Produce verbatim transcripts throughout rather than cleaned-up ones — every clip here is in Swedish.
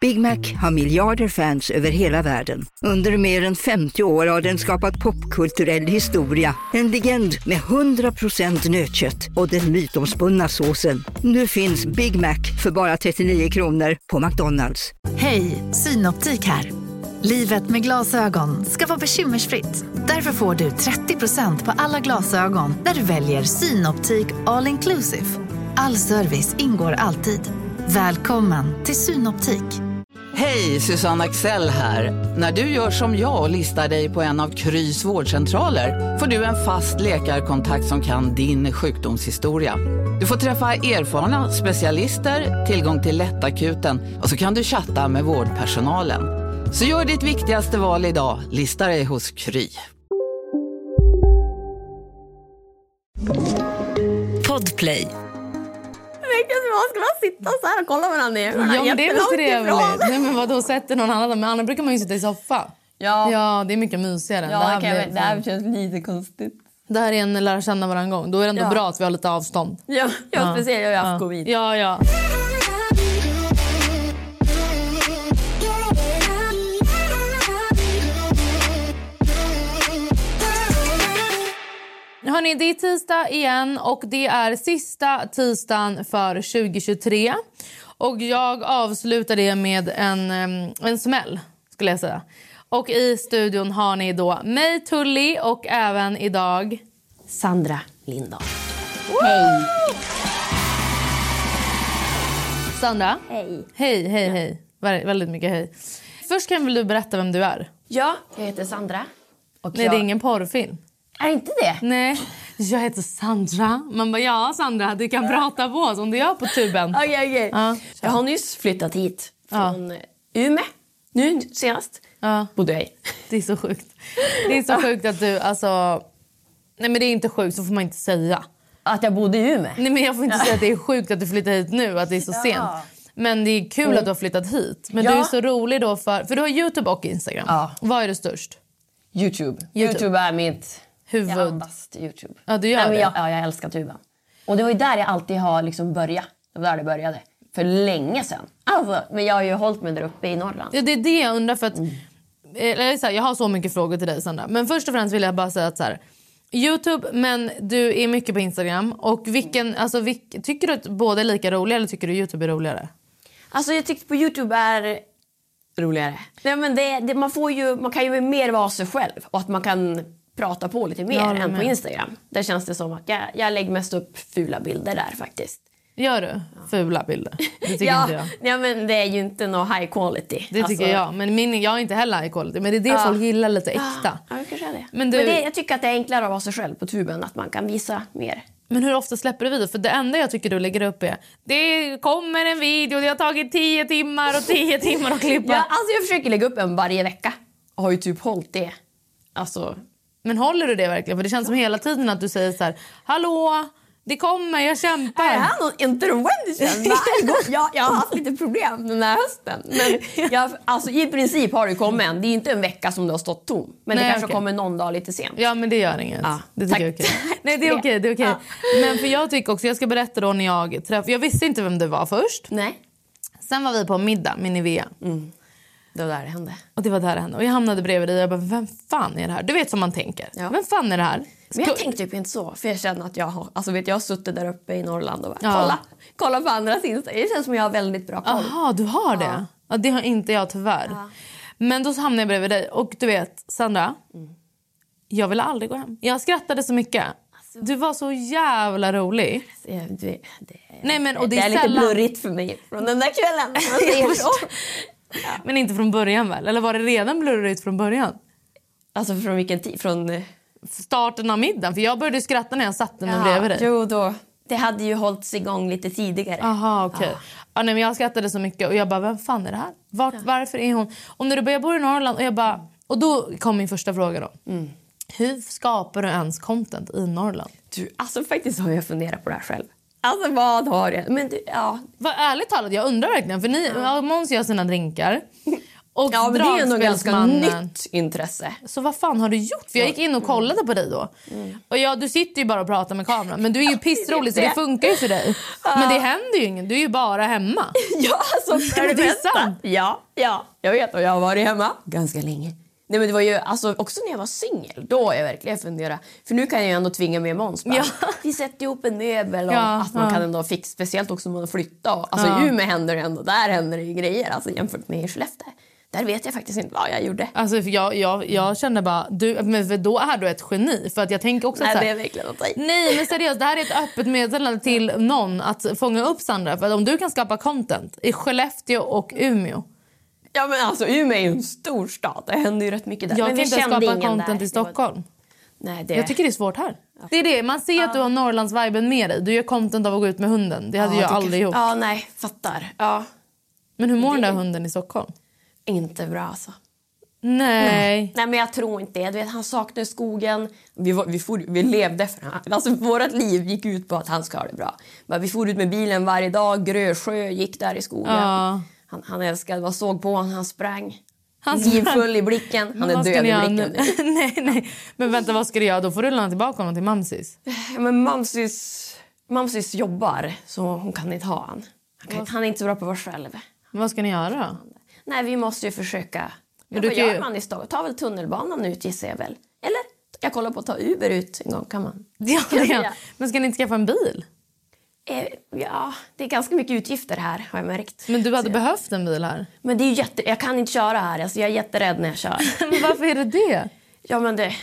Big Mac har miljarder fans över hela världen. Under mer än femtio år har den skapat popkulturell historia. En legend med hundra procent nötkött och den mytomspunna såsen. Nu finns Big Mac för bara trettionio kronor på McDonald's. Hej, Synoptik här. Livet med glasögon ska vara bekymmersfritt. Därför får du trettio procent på alla glasögon när du väljer Synoptik All Inclusive. All service ingår alltid. Välkommen till Synoptik. Hej, Susanne Axel här. När du gör som jag och listar dig på en av Krys vårdcentraler får du en fast läkarkontakt som kan din sjukdomshistoria. Du får träffa erfarna specialister, tillgång till lättakuten och så kan du chatta med vårdpersonalen. Så gör ditt viktigaste val idag, lista dig hos Kry. Podplay. Man ska bara sitta så här och kolla varandra ner. Ja, men det är väl trevligt. Nej, men vadå, sätter någon annan. Men annars brukar man ju sitta i soffa. Ja, ja det är mycket mysigare. Ja, det, här okay, blir... det här känns lite konstigt. Det här är en lära känna varann gång. Då är det ändå ja. bra att vi har lite avstånd. Ja, jag ja. speciellt. Jag har haft ja. covid. Ja, ja. Hörrni, det är tisdag igen och det är sista tisdagen för tjugo tjugotre. Och jag avslutar det med en, en smäll, skulle jag säga. Och i studion har ni då mig, Tully, och även idag Sandra Lindahl. Hej! Sandra? Hej. Hej, hej, hej. Vä- väldigt mycket hej. Först kan väl du berätta vem du är? Ja, jag heter Sandra. Och Nej, jag... det är ingen porrfilm. Är inte det? Nej, jag heter Sandra. Man bara, ja Sandra, du kan prata på som du gör på tuben. Okej, okay, okej. Okay. Ja, jag har nyss flyttat hit från ja. Umeå. Nu senast. Ja. Bodde jag i. Det är så sjukt. Det är så sjukt att du, alltså... Nej, men det är inte sjukt, så får man inte säga. Att jag bodde i Umeå? Nej, men jag får inte ja. säga att det är sjukt att du flyttar hit nu, att det är så ja. sent. Men det är kul mm. att du har flyttat hit. Men ja. du är så rolig då för... För du har YouTube och Instagram. Ja. Vad är det störst? YouTube. YouTube. YouTube är mitt... huvud. Jag andas till YouTube. Ja, du gör Nej, det. Men jag, ja, jag älskar tuben. Och det var ju där jag alltid har liksom börjat. Det var där det började. För länge sedan. Alltså, men jag har ju hållit mig där uppe i Norrland. Ja, det är det jag undrar för att... Mm. Eller så här, jag har så mycket frågor till dig, Sandra. Men först och främst vill jag bara säga att så här... YouTube, men du är mycket på Instagram. Och vilken... Alltså, vilk, tycker du att båda är lika roliga eller tycker du YouTube är roligare? Alltså, jag tycker på YouTube är... roligare. Nej, men det, det, man, får ju, man kan ju mer vara sig själv. Och att man kan... prata på lite mer ja, än på Instagram. Där känns det som att jag, jag lägger mest upp fula bilder där faktiskt. Gör du? Fula bilder? Det tycker ja, inte jag. Ja, men det är ju inte någon high quality. Det alltså... tycker jag. Men min, jag är inte heller high quality. Men det är det ja. folk gillar lite äkta. Ja, kanske är det. Men, du... men det, jag tycker att det är enklare att vara sig själv på tuben. Att man kan visa mer. Men hur ofta släpper du video? För det enda jag tycker du lägger upp är... Det kommer en video, det har tagit tio timmar och tio timmar att klippa. Ja, alltså jag försöker lägga upp en varje vecka. Och har ju typ hållit det. Alltså... Men håller du det verkligen? För det känns som hela tiden att du säger så här: hallå, det kommer, jag kämpar. Är det här någon intervention? jag, jag har haft lite problem den här hösten. Men jag, alltså, i princip har det kommit en. Det är inte en vecka som det har stått tom. Men Nej, det kanske okay. kommer någon dag lite sent. Ja, men det gör inget. Ja, det tycker jag är okej. Nej, det är okej, det är okej. Ja. Men för jag tycker också, jag ska berätta då när jag träffade... Jag visste inte vem du var först. Nej. Sen var vi på middag med Nivea. Mm. Det var där det hände. Och det var där det hände. Och jag hamnade bredvid dig och jag bara, vem fan är det här? Du vet som man tänker. Ja. Vem fan är det här? Men jag tänkte typ inte så. För jag känner att jag har, alltså vet jag har suttit där uppe i Norrland och bara, ja. kolla, kolla på andras Instagram. Det känns som jag har väldigt bra koll. Jaha, du har det? Ja. Ja, det har inte jag tyvärr. Ja. Men då hamnade jag bredvid dig. Och du vet, Sandra, mm. jag ville aldrig gå hem. Jag skrattade så mycket. Alltså, du var så jävla rolig. Det, det, det, Nej, men, och det, det är, är lite sällan... blurrigt för mig från den där kvällen. Man säger så. Ja. Men inte från början väl? Eller var det redan blurrigt från början? Alltså från vilken tid? Från starten av middagen. För jag började skratta när jag satt den bredvid dig. Jo då. Det hade ju hållits igång lite tidigare. Aha, okej. Okay. Ja. Ja, nej, men jag skrattade så mycket och jag bara, vem fan är det här? Vart, ja. Varför är hon? Och när du började bo i Norrland och jag bara... Och då kom min första fråga då. Mm. Hur skapar du ens content i Norrland? Du, alltså faktiskt har jag funderat på det här själv. Alltså vad har jag? Men du, ja. Vad ärligt talat, jag undrar verkligen. För ni, ja. Måns gör sina drinkar. Och ja, men det är nog ganska dragspelsmannen. nytt intresse. Så vad fan har du gjort? För jag gick in och kollade på dig då. Mm. Och ja, du sitter ju bara och pratar med kameran. Men du är ju pissrolig så det funkar ju för dig. Men det händer ju ingen. Du är ju bara hemma. Ja, alltså för det, det är sant. Ja, ja, jag vet och jag har varit hemma ganska länge. Nej, men det var ju alltså, också när jag var singel. Då har jag verkligen funderat. För nu kan jag ju ändå tvinga med Måns. Ja. Vi sätter ihop en möbel och ja, att man ja. kan ändå fixa. Speciellt också om man flyttar. Och, alltså ja. i Umeå händer det ändå. Där händer det ju grejer. Alltså jämfört med i Skellefteå. Där vet jag faktiskt inte vad jag gjorde. Alltså för jag, jag, jag kände bara, du, men för då är du ett geni. För att jag tänker också nej, så här, det är verkligen att nej, men seriöst, det här är ett öppet meddelande till någon att fånga upp Sandra. För att om du kan skapa content i Skellefteå och Umeå. Ja, men alltså Umeå är ju en stor stad. Det händer ju rätt mycket där. Jag men kan inte skapa content där. i Stockholm. Nej, det... Jag tycker det är svårt här. Det är det, man ser ja. att du har Norrlands-viben med dig. Du gör content av att gå ut med hunden. Det hade ja, jag aldrig gjort. Ja, nej, fattar. Ja. Men hur mår det... den där hunden i Stockholm? Inte bra alltså. Nej. Nej. Nej, men jag tror inte det. Du vet, han saknar skogen. Vi, var, vi, for, vi levde för han. Alltså vårt liv gick ut på att han ska ha det bra. Men vi for ut med bilen varje dag. Grösjö gick där i skogen. Ja. Han, han älskade, vad såg på honom, han sprang. Han livfull i blicken. Han är död i blicken. nej, nej. Men vänta, vad ska du göra? Då får du lämna tillbaka honom till Mamsis. Men Mamsis, Mamsis jobbar, så hon kan inte ha han. Han, kan, han är inte så bra på att vara själv. Men vad ska ni göra då? Nej, vi måste ju försöka. Men du vad kan gör ju... man i Stockholm? Ta väl tunnelbanan ut, gissar jag väl. Eller jag kollar på att ta Uber ut en gång, kan man. Ja, ja. Men ska ni inte skaffa en bil? Eh, ja, det är ganska mycket utgifter här, har jag märkt. Men du hade så behövt en bil här? Men det är ju jätte... Jag kan inte köra här, alltså jag är jätterädd när jag kör. Men varför är det det? Ja, men det...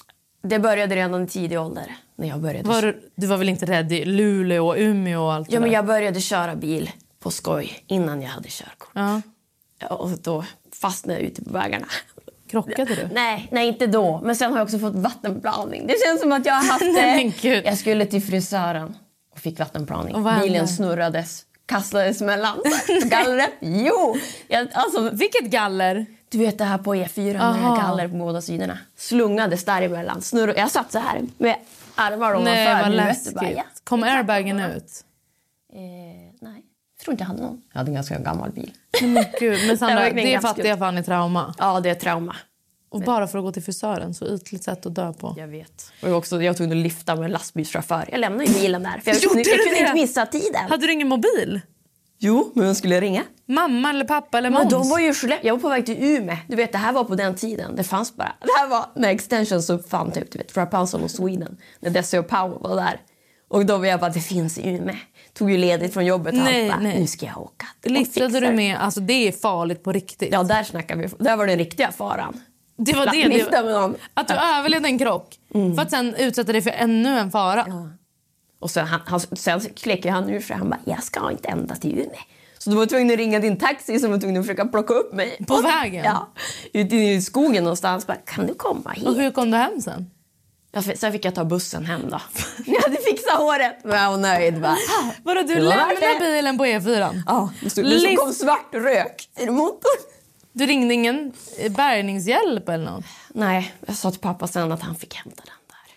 Det började redan i tidig ålder, när jag började. Var du, du var väl inte rädd i Luleå och Umeå och allt ja, men jag började köra bil på skoj innan jag hade körkort. Ja. Och då fastnade jag ute på vägarna. Krockade du? Nej, nej, inte då. Men sen har jag också fått vattenplaning. Det känns som att jag har haft det. Nej, jag skulle till frisören och fick vattenplaning. Bilen snurrades, kastades mellan gallret. Jo! Jag, alltså, vilket galler? Du vet det här på E fyra med galler på båda sidorna. Slungades däremellan. Snurr, jag satt så här med armar ovanför. Nej, vad läskigt. Bara, ja, kom airbagen ut? Eh, nej. Jag tror inte jag hade någon. Jag hade en ganska gammal bil. Men gud, men Sandra, det, det fattar jag fan är trauma. Ja, det är trauma. Och men... bara för att gå till frisören, så ytligt sätt att dö på. Jag vet. Och jag, också, jag tog en lyfta med en lastbilschaufför. Jag lämnade ju bilen där. För jag kunde, jag kunde inte missa tiden. Hade du ingen mobil? Jo, men jag skulle ringa. Mamma eller pappa eller Måns? Men de var ju släpp. Jag var på väg till Umeå. Du vet, det här var på den tiden. Det fanns bara. Det här var när Extensions uppfann typ, du vet, Rapunzel och Sweden. När Desi och Powell var där. Och då var jag bara, det finns i Umeå. Tog ju ledigt från jobbet och nej, bara, nej. Nu ska jag åka. Liftade du med, alltså det är farligt på riktigt. Ja, där snackar vi. Där var den riktiga faran. Det var det, det var, att du ja. överlevde en krock. Mm. För att sen utsätta dig för ännu en fara. Ja. Och sen, han, han, sen kläcker han ur sig. Han bara, jag ska inte ända till Umeå. Så du var tvungen att ringa din taxi som var tvungen att försöka plocka upp mig. På och, vägen? Ja, ute i skogen någonstans. Bara, kan du komma hit? Och hur kom du hem sen? Ja, sen fick jag ta bussen hem då. Jag hade fixat håret. Men jag var nöjd. Bara, vadå, du lämnade bilen på E fyra? Ja, det stod, det kom svart rök i motorn. Du ringde ingen bärgningshjälp eller något? Nej, jag sa till pappa sen att han fick hämta den där.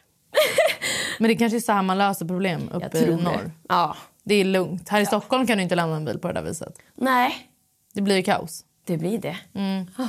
Men det kanske är så här man löser problem uppe i norr. Det. Ja. Det är lugnt. Här i ja. Stockholm kan du inte lämna en bil på det där viset. Nej. Det blir ju kaos. Det blir det. Mm. Oh.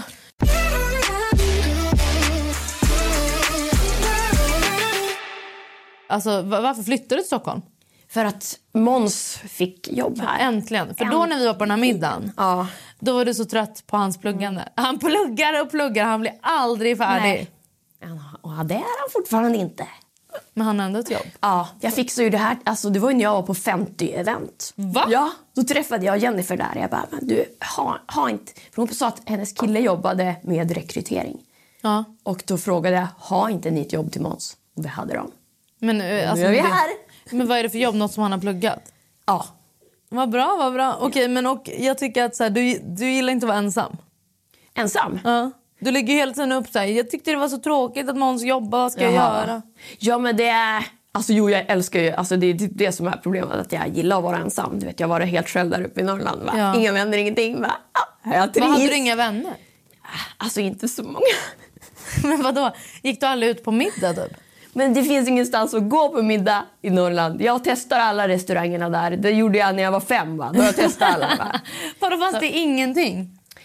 Alltså, varför flyttade du till Stockholm? För att Måns fick jobb här. Äntligen. För då när vi var på den här middagen, ja. då var du så trött på hans pluggande. Han pluggar och pluggar, han blir aldrig färdig. Nej. Och det är han fortfarande inte. Men han har ändå ett jobb. Ja, jag fixade ju det här. Alltså, det var ju när jag var på femtio-event. Va? Ja, då träffade jag Jennifer där. Jag bara, men du, ha, ha inte... För hon sa att hennes kille jobbade med rekrytering. Ja. Och då frågade jag, ha inte ni ett jobb till Måns? Och det hade de. Men, alltså, nu är vi här. Men vad är det för jobb? Något som han har pluggat? Ja. Vad bra, vad bra. Okej, men och, jag tycker att så här, du, du gillar inte att vara ensam. Ensam? Ja. Du lägger hela tiden upp så här. Jag tyckte det var så tråkigt att Måns jobbar. Vad ska Jaha. jag göra? Ja, men det är... Alltså jo, jag älskar ju... Alltså det är typ det som är problemet. Att jag gillar att vara ensam. Du vet, jag var helt själv där uppe i Norrland. Va? Ja. Inga vänner, ingenting. Va? Ja, jag vad hade du inga vänner? Alltså inte så många. Men vadå? Gick du aldrig ut på middag typ? Men det finns ingenstans att gå på middag i Norrland. Jag testar alla restaurangerna där. Det gjorde jag när jag var fem, va? Då jag testade alla, va? Vadå, fanns det ingenting?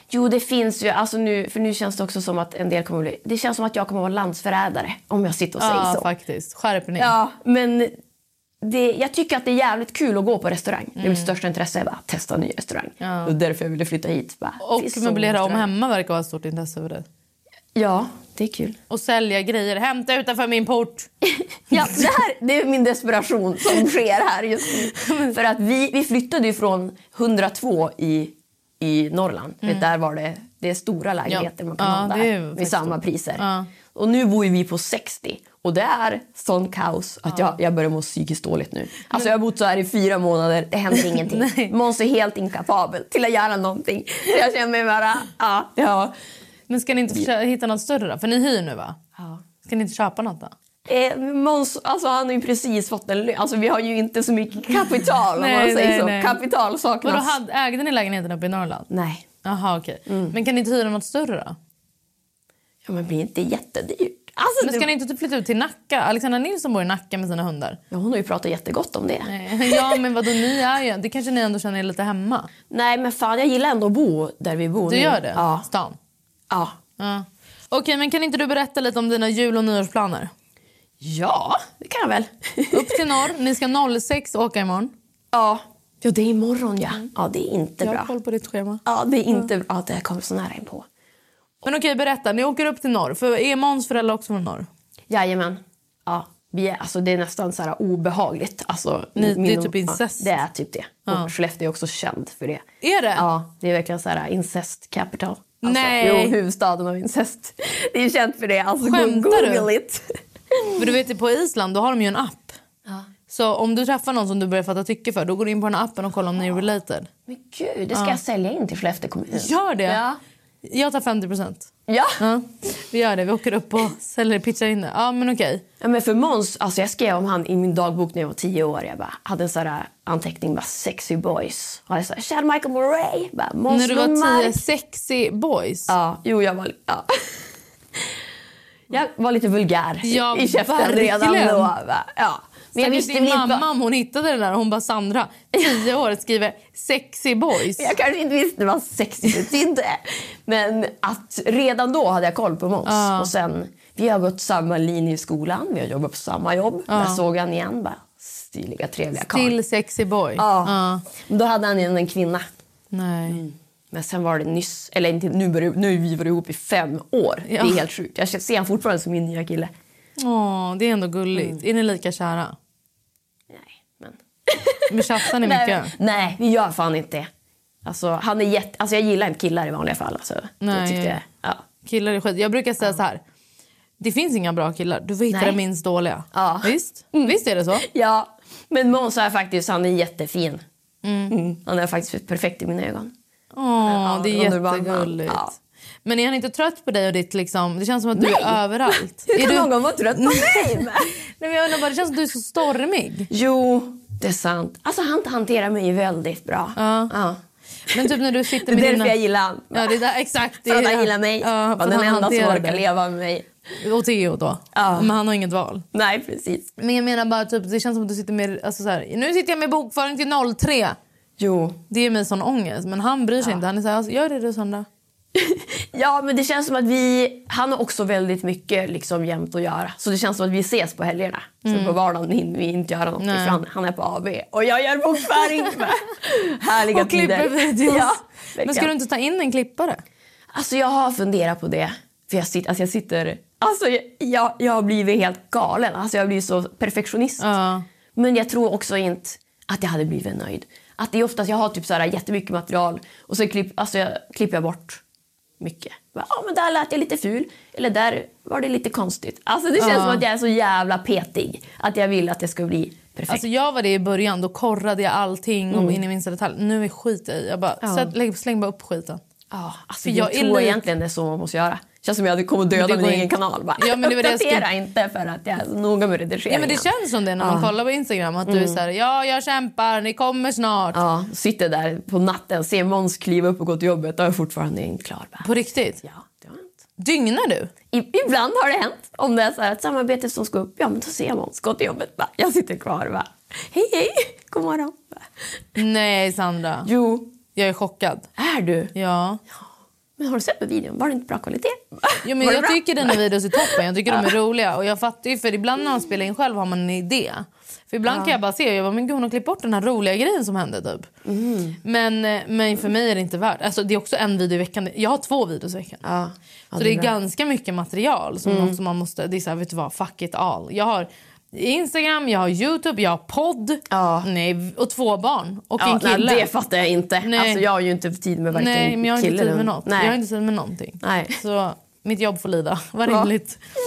Jo, det finns ju, alltså nu, för nu känns det också som att en del kommer bli, det känns som att jag kommer vara landsförrädare om jag sitter och säger ja, så. Ja, faktiskt. Skärpning. Ja, men det, jag tycker att det är jävligt kul att gå på restaurang. Mm. Det är mitt största intresse, bara testa en ny restaurang. Ja. Och därför jag ville flytta hit. Bara, och möblera om hemma verkar vara ett stort intresse för det. Ja, det är kul. Och sälja grejer. Hämta utanför min port. Ja, det, här, det är min desperation som sker här just nu. För att vi, vi flyttade ju från hundratvå i, i Norrland. Mm. Där var det, det är stora lägenheter ja. man kan ja, ha där. Med samma priser. Ja. Och nu bor vi på sextio. Och det är sån kaos att ja. jag, jag börjar må psykiskt dåligt nu. Alltså jag har bott så här i fyra månader. Det händer ingenting. Måns är helt inkapabel till att göra någonting. Jag känner mig bara... Ja, ja. Men ska ni inte försöka hitta något större då? För ni hyr nu va? Ja. Ska ni inte köpa något då? Eh, Måns, alltså han har ju precis fått en lön. Alltså vi har ju inte så mycket kapital nej, om man säger nej, så. Nej. Kapital saknas. Och då hade, ägde ni lägenheten uppe i Norrland? Nej. Jaha okej. Okay. Mm. Men kan ni inte hyra något större då? Ja men blir inte jättedyrt. Alltså, men ska det... ni inte flytta ut till Nacka? Alexandra Nilsson bor i Nacka med sina hundar. Ja, hon har ju pratat jättegott om det. Nej. Ja, men vadå, ni är ju... Det kanske ni ändå känner er lite hemma. Nej, men fan, jag gillar ändå att bo där vi bor. Du nu. gör det? Ja. Stan? Ja. ja. Okej, okay, men kan inte du berätta lite om dina jul- och nyårsplaner? Ja, det kan jag väl. Upp till norr. Ni ska noll sex åka imorgon. Ja. Ja, det är imorgon, ja. Ja, det är inte jag bra. Jag har koll på ditt schema. Ja, det är inte ja. bra att det kommer så nära in på. Men okej, berätta. Ni åker upp till norr. För är Måns föräldrar också från norr? Jajamän. Ja, vi är, alltså, det är nästan så här obehagligt. Alltså, Ni, min, det är typ incest. Ja, det är typ det. Ja. Och Skellefteå är också känd för det. Är det? Ja, det är verkligen så här incest capital. Alltså, nej. Jo, huvudstaden av incest. Det är känt för det. Alltså, skämtar Google du? It. För du vet, på Island då har de ju en app. Ja. Så om du träffar någon som du börjar fatta tycke för, då går du in på den här appen och kollar om ni är related. Men gud, det ska ja. jag sälja in till Skellefteå kommun. Gör det? Ja. Jag tar femtio procent. Ja. ja. Vi gör det. Vi åker upp och säljer, pitchar in det. Ja, men okej. Ja, men för Måns, alltså jag skrev om han i min dagbok när jag var tio år. Jag bara hade en sån här anteckning, bara sexy boys. Och jag sa, Chad Michael Murray. Bara, Måns när du var Lundmark. tio, sexy boys? Ja, jo jag var... Ja. Jag var lite vulgär ja, i käften redan då. Ja. Men jag visste din mamma bara... om hon hittade den där och hon bara Sandra, tio år, skriver sexy boys. Jag kanske inte visste vad sexy betydde. Men att redan då hade jag koll på Måns. Uh. Och sen, vi har gått samma linje i skolan. Vi har jobbat på samma jobb. Uh. Där såg han igen, bara stiliga, trevliga karl. Still sexy boy. Ja. Uh. Men då hade han en kvinna. Nej. Mm. Men sen var det nyss, eller inte, nu, började, nu har vi varit ihop i fem år. Ja. Det är helt sjukt. Jag ser han fortfarande som min nya kille. Åh, det är ändå gulligt. Mm. Är ni lika kära? Nej, men... Men tjafsar ni mycket? Nej, nej, vi gör fan inte det. Alltså, han är jätte... alltså jag gillar inte killar i vanliga fall. Alltså. Nej, jag jag, ja. killar är skit. Jag brukar säga ja. så här. Det finns inga bra killar. Du får hitta nej. det minst dåliga. Ja. Visst? Mm. Visst är det så? Ja, men Måns är faktiskt, han är jättefin. Mm. Mm. Han är faktiskt perfekt i mina ögon. Åh, ja, det är jättegulligt. Ja. Men är han inte trött på dig och ditt liksom... Det känns som att du nej. är överallt. Hur kan är någon du... vara trött på mig? Nej, men jag undrar bara, det känns som att du är så stormig. Jo, det är sant. Alltså han hanterar mig väldigt bra. Ja. Ja. Men typ när du sitter med det är dina... därför jag gillar han. Ja, det är där, exakt. Det för är... att han gillar mig. Ja, och den enda som orkar leva med mig. Och Theo då. Ja. Men han har inget val. Nej, precis. Men jag menar bara, typ, det känns som att du sitter med... Alltså så här, nu sitter jag med bokföring till noll tre. Jo. Det är mig sån ångest. Men han bryr sig ja. inte. Han är så här, alltså, gör det du Sandra. Ja, men det känns som att vi... Han har också väldigt mycket liksom, jämt att göra. Så det känns som att vi ses på helgerna. Mm. Så på vardagen hinner vi inte göra något. För han, han är på A B. Och jag gör bokföring med härliga och tider. Och klipper videos. Ja, men ska du inte ta in en klippare? Alltså jag har funderat på det. För jag sitter... Alltså, jag, sitter alltså, jag, jag, jag har blivit helt galen. Alltså jag har blivit så perfektionist. Uh. Men jag tror också inte att jag hade blivit nöjd. Att det är oftast, jag har typ så här jättemycket material. Och så klipp, alltså jag, klipper jag bort mycket. Ja, men där lät jag lite ful. Eller där var det lite konstigt. Alltså det känns uh. som att jag är så jävla petig. Att jag vill att det ska bli perfekt. Alltså jag var det i början. Då korrade jag allting mm. om in i minsta detalj. Nu är skit i. Jag bara, uh. sätt, släng bara upp skiten. Ja, alltså jag, jag tror egentligen det är så man måste göra. Känns som jag hade kommit döda min egen inte. kanal. Bara. Ja, men det var det jag skulle... inte för att jag är så noga med redigeringen. Ja, men det känns som det när man ah. kollar på Instagram. Att mm. du är så här, ja jag kämpar, ni kommer snart. Ja, sitter där på natten, ser Måns kliva upp och gå till jobbet. Då är jag fortfarande inte klar. Bara. På riktigt? Ja, det har hänt. Dygnar du? I, ibland har det hänt. Om det är så här ett samarbete som ska upp, ja men då ser jag Måns gå till jobbet. Bara. Jag sitter kvar och bara, hej hej, god morgon. Bara. Nej Sandra. Jo. Jag är chockad. Är du? Ja. Men har du sett på videon? Var det inte bra kvalitet? Jo, men jag tycker dina videos är toppen. Jag tycker de är roliga. Och jag fattar ju, för ibland när man spelar in själv har man en idé. För ibland ja. kan jag bara se, jag bara, men gud, hon har klippt bort den här roliga grejen som hände typ. Mm. Men, men för mig är det inte värt. Alltså det är också en video i veckan. Jag har två videos i veckan. Ja. Ja, så det är, det är ganska mycket material som mm. också man måste, det är så här, vet du vad, fuck it all. Jag har Instagram, jag har YouTube, jag har podd. Ja. Nej, och två barn och ja, en kille. Nej, det fattar jag inte. Nej. Alltså jag har ju inte tid med varken Nej, men jag har inte tid med något. Nej. Jag har inte tid med någonting. Nej. Så mitt jobb får lida. Vad rimligt. Ja.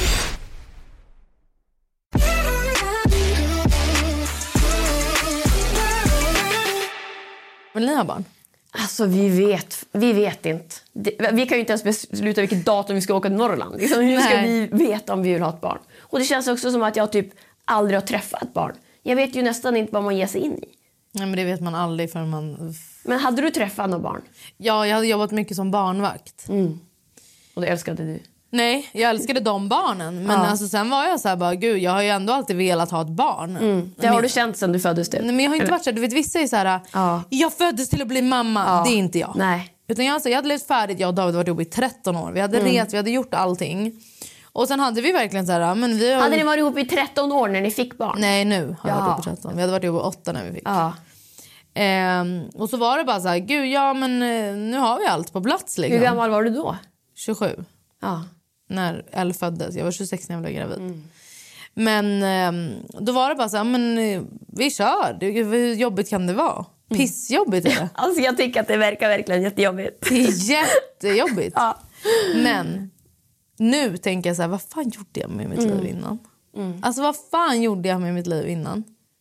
Vill ni ha barn? Alltså vi vet, vi vet inte. Vi kan ju inte ens besluta vilket datum vi ska åka till Norrland. Liksom, hur ska vi veta om vi vill ha ett barn? Och det känns också som att jag typ aldrig har träffat ett barn. Jag vet ju nästan inte vad man ger sig in i. Nej, men det vet man aldrig förrän man... Men hade du träffat några barn? Ja, jag hade jobbat mycket som barnvakt. Mm. Och det älskade du? Nej, jag älskade de barnen. Men ja. alltså, sen var jag så här bara, gud, jag har ju ändå alltid velat ha ett barn. Mm. Det har men, du känt sedan du föddes typ? Nej, men jag har inte Eller? varit så här, du vet, vissa är så här, ja. jag föddes till att bli mamma. Ja. Det är inte jag. Nej. Utan jag, alltså, jag hade levt färdigt, jag och David varit ihop i tretton år. Vi hade mm. ret, vi hade gjort allting. Och sen hade vi verkligen så här, men vi har... Hade ni varit ihop i tretton år när ni fick barn? Nej, nu har jag varit ihop i tretton. Vi hade varit ihop i åtta när vi fick. Ja. Ehm, och så var det bara så här, gud, ja men nu har vi allt på plats liksom. Hur gammal var du då? tjugosju. Ja. När Elle föddes. Jag var tjugosex när jag blev gravid. Mm. Men eh, då var det bara så här, men vi kör. Hur jobbigt kan det vara? Pissjobbigt är det. Alltså jag tycker att det verkar verkligen jättejobbigt. Det är jättejobbigt. Ja. Men nu tänker jag så här, vad fan gjorde jag med mitt mm. liv innan? Mm. Alltså vad fan gjorde jag med mitt liv innan?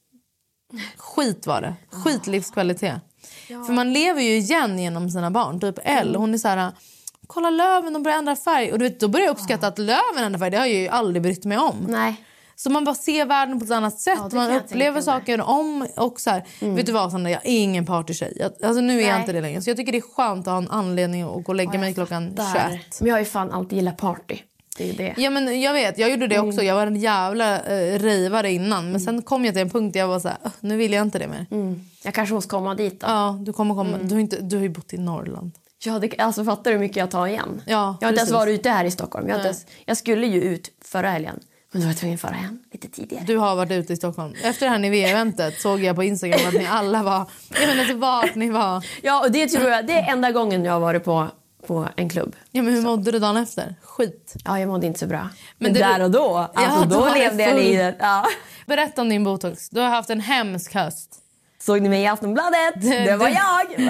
Skit var det. Skitlivskvalitet. Ja. För man lever ju igen genom sina barn. Typ Elle, hon är så här... Kolla löven, de börjar ändra färg. Och du vet, då börjar jag uppskatta att löven ändrar färg. Det har jag ju aldrig brytt mig om. Nej. Så man bara ser världen på ett annat sätt. Ja, man upplever saker om. Och så här, mm. vet du vad, Sandra, jag är ingen partytjej. Alltså nu är Nej. jag inte det längre. Så jag tycker det är skönt att ha en anledning att gå och lägga ja, mig klockan tjugoett. Men jag har ju fan alltid gillat party. Det är det. Ja, men jag vet, jag gjorde det också. Jag var en jävla uh, rivare innan. Men sen kom jag till en punkt där jag var så här, nu vill jag inte det mer. Mm. Jag kanske måste komma dit då. Ja, du kommer komma. Mm. Du, har inte, du har ju bott i Norrland. Ja, det, alltså fattar du hur mycket jag tar igen? Ja, jag har precis. inte ens varit ute här i Stockholm. Jag, ens, jag skulle ju ut förra helgen. Men då var jag tvungen förra hem lite tidigare. Du har varit ute i Stockholm. Efter det här Nivea-eventet såg jag på Instagram att ni alla var... Jag vet inte vart ni var. Ja, och det tror jag, det är enda gången jag har varit på, på en klubb. Ja, men hur så. mådde du dagen efter? Skit. Ja, jag mådde inte så bra. Men, men det, där och då, alltså ja, då, då levde jag livet. Ja. Berätta om din botox. Du har haft en hemsk höst. Såg ni mig i Aftonbladet? Det, det var jag!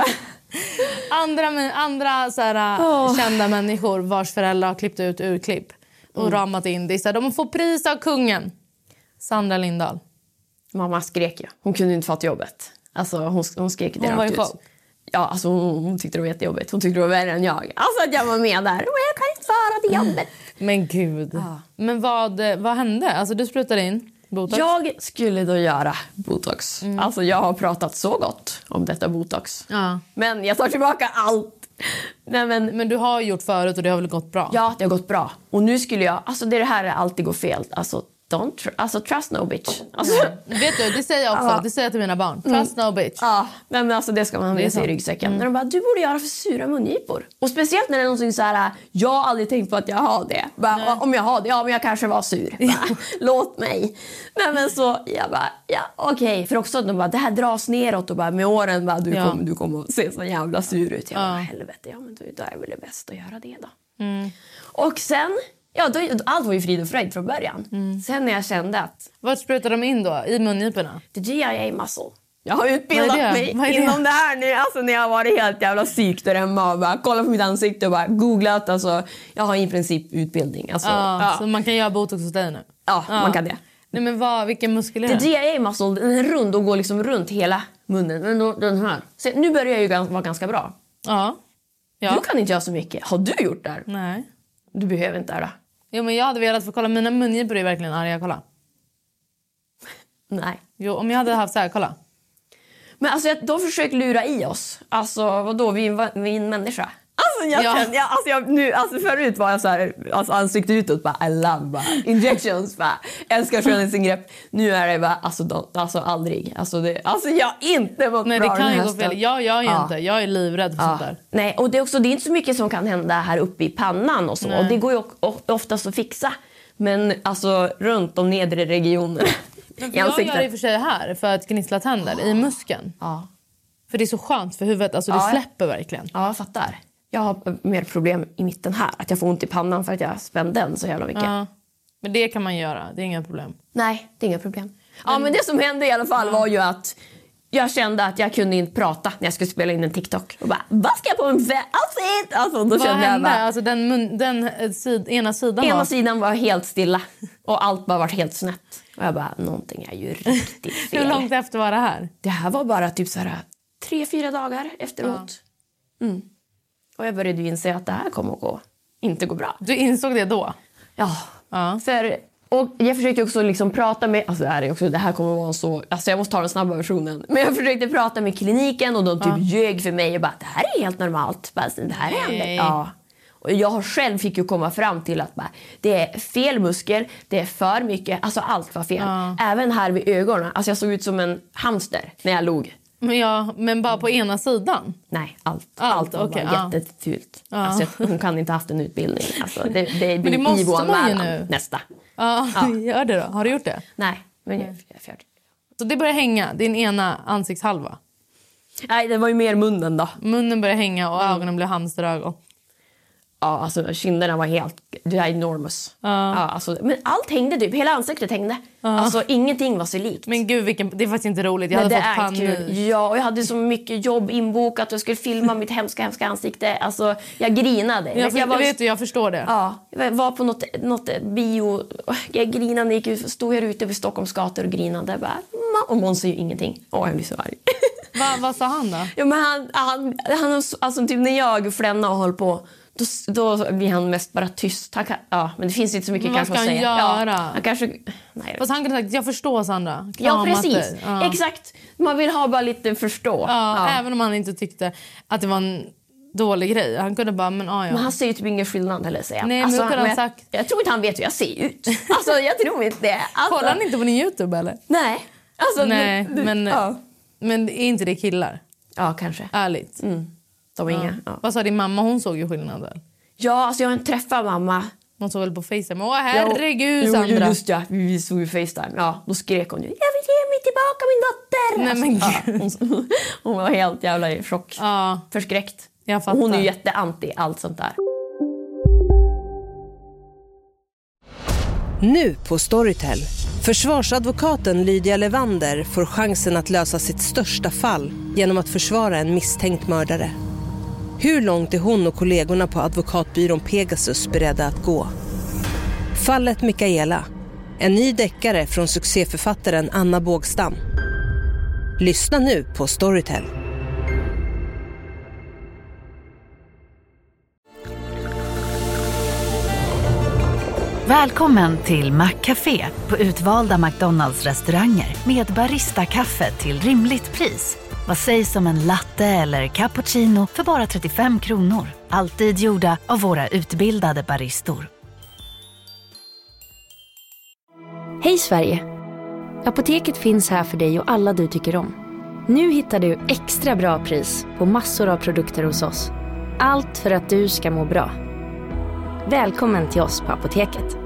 Andra, andra så här, oh. kända människor vars föräldrar har klippt ut urklipp och mm. ramat in det. Så här, de får pris av kungen. Sandra Lindahl. Mamma skrek ju. Hon kunde inte få till jobbet. Alltså hon, hon skrek det Hon var i chock. Ja, alltså hon, hon tyckte det var jättejobbigt. Hon tyckte det var värre än jag. Alltså att jag var med där. Men jag kan inte föra till jobbet. Men gud. Ah. Men vad, vad hände? Alltså du sprutade in botox. Jag skulle då göra botox. Mm. Alltså jag har pratat så gott om detta botox. Ja. Men jag tar tillbaka allt. Nej, men, men du har gjort förut och det har väl gått bra? Ja, det har gått bra. Och nu skulle jag... Alltså det är det här alltid går fel. Alltså, don't tr- alltså trust no bitch. Alltså, vet du, det säger jag också. Ja. Det säger jag till mina barn. Trust mm. no bitch. Ja, men alltså det ska man ha med sig i ryggsäcken. Mm. När de bara, du borde göra för sura mungipor. Och speciellt när det är någon som säger så här, jag har aldrig tänkt på att jag har det. Bara, om jag har det, ja men jag kanske var sur. Bara, låt mig. Nej, men så, jag bara, ja okej. Okay. För också de bara, det här dras neråt och bara med åren, bara, du ja. kommer du kommer att se så jävla sur ut. Jag bara, ja. helvete, ja men då, då är väl det bäst att göra det då. Mm. Och sen... Ja, då, allt var ju frid och fröjd från början. Mm. Sen när jag kände att... Vad sprutar de in då? I mungiporna? The G I A muscle. Jag har utbildat det? mig det? inom det här nu. Alltså när jag har varit helt jävla psyk där hemma och bara kollat på mitt ansikte och bara googlat. Alltså, jag har i princip utbildning. Alltså, ja, ja. Så man kan göra botox hos dig nu? Ja, ja. man kan det. Nej, men vad, vilken muskel är det? The G I A muscle, den är rund och går liksom runt hela munnen. Men då, den här. Så nu börjar jag ju ganska, vara ganska bra. Ja. ja. Du kan inte göra så mycket. Har du gjort det här? Nej. Du behöver inte det då. Jo, men jag hade velat få kolla. Mina mungipor är verkligen arga. Kolla. Nej. Jo, om jag hade haft så här, kolla. Men alltså, de försöker lura i oss. Alltså, vadå? Vi är, vi är en människa. Alltså jag Ja. känner, jag, alltså jag, nu, alltså förut var jag så här, alltså ansikte utåt bara I love bara, injections bara, älskar skönhetsingrepp. Nu är det bara, alltså, de, alltså aldrig. Alltså, det, alltså jag har inte mått Nej, bra det kan den ju här gå fel. hösten. Jag gör ju Ja. inte. Jag är livrädd för Ja. sånt där. Nej, och det är också, det är inte så mycket som kan hända här uppe i pannan och så. Nej. Och det går ju o- oftast att fixa. Men alltså runt de nedre regionerna Men i jag ansiktet. gör det i och för sig här för att gnissla tänder i muskeln. Ja. För det är så skönt för huvudet. Alltså det Ja. släpper verkligen. Ja, jag fattar. Jag har mer problem i mitten här. Att jag får ont i pannan för att jag spände den så jävla mycket. Ja. Men det kan man göra. Det är inga problem. Nej, det är inga problem. Ja, men det som hände i alla fall var ju att jag kände att jag kunde inte prata när jag skulle spela in en TikTok. Och bara, vad ska jag på en outfit? Alltså, då Vad kände jag hände? bara, Alltså den, mun, den eh, sid, ena sidan ena var... sidan var helt stilla och allt bara var helt snett. Och jag bara, någonting är ju riktigt fel. Hur långt efter var det här? Det här var bara typ så här tre, fyra dagar efteråt. Mm. Och jag började ju inse att det här kommer att gå, inte gå bra. Du insåg det då? Ja, Ja. för, och jag försökte också liksom prata med, alltså det här, är också, det här kommer att vara så, alltså jag måste ta den snabba versionen. Men jag försökte prata med kliniken och de typ ljög för mig och bara, det här är helt normalt. Bara, det här är Nej. ja. Och jag har själv fick ju komma fram till att bara, det är fel muskel, det är för mycket, alltså allt var fel. Ja. Även här vid ögonen, alltså jag såg ut som en hamster när jag log. Men, ja, men bara på ena sidan? Nej, allt. Allt, Allt var okej, bara ja. jättefult. Ja. Alltså, hon kan inte haft en utbildning. Alltså, det, det, det det måste Ivo man ju Anmälan nu. nästa. Ja, Ja. gör det då. Har du gjort det? Nej, men jag, jag, jag, Så det börjar hänga, din ena ansiktshalva. Nej, det var ju mer munnen då. Munnen börjar hänga och ögonen blir hamsterögon. Ja, alltså kinderna var helt enormous. Ja. Ja, alltså, men allt hängde typ, hela ansiktet hängde. Alltså ingenting var så likt. Men gud, vilken, det är faktiskt inte roligt. Jag Men hade fått det är panik. kul. Ja, och jag hade så mycket jobb inbokat och jag skulle filma mitt hemska, hemska ansikte. Alltså, jag grinade. Jag, för, jag var, vet du, jag förstår det. Ja, jag var på något, något bio. Jag grinade, gick ut, stod här ute vid Stockholms gator och grinade. Bara, och Måns säger ju ingenting. Åh, jag blir så arg. Va, vad sa han då? Ja, men han, han, han, alltså typ när jag flämnar och håller på, då, då blir han mest bara tyst. Han kan, ja, men det finns inte så mycket Men vad kanske ska att han säga. göra? Ja, han kanske, nej, Fast han kunde sagt, jag förstår Sandra. ja, Kramat precis. dig. Ja. Exakt. Man vill ha bara lite förstå. Ja, Ja. även om han inte tyckte att det var en dålig grej. Han kunde bara, men ah, ja. Men han ser ju typ ingen skillnad heller, säger han. Nej, men alltså, då kunde han jag, sagt- jag tror inte han vet hur jag ser ut. Alltså, jag tror inte det. Alltså, Kollar han inte på din YouTube eller? Nej. Alltså, Nej, du- men, Ja, men är inte det killar? ja kanske. Ärligt. Mm. De är Ja. inga. Ja. Vad sa din mamma? Hon såg ju skillnaden. Ja, alltså jag har inte träffat mamma. Hon såg väl på FaceTime. Åh herregud, jo, Sandra. Jo, just ja. Vi såg ju FaceTime. Ja, då skrek hon ju. Jag vill ge mig tillbaka min dotter. Nej, men alltså, ja, hon, hon var helt jävla i chock. Ja, Förskräckt. jag Och fattar. hon är ju jätteanti allt sånt där. Nu på Storytel. Försvarsadvokaten Lydia Levander får chansen att lösa sitt största fall genom att försvara en misstänkt mördare. Hur långt är hon och kollegorna på advokatbyrån Pegasus beredda att gå? Fallet Mikaela. En ny deckare från succéförfattaren Anna Bågstam. Lyssna nu på Storytel. Välkommen till Maccafé på utvalda McDonalds restauranger med Baristakaffe till rimligt pris. Vad sägs om en latte eller cappuccino för bara trettiofem kronor? Alltid gjorda av våra utbildade baristor. Hej Sverige! Apoteket finns här för dig och alla du tycker om. Nu hittar du extra bra pris på massor av produkter hos oss. Allt för att du ska må bra. Välkommen till oss på Apoteket.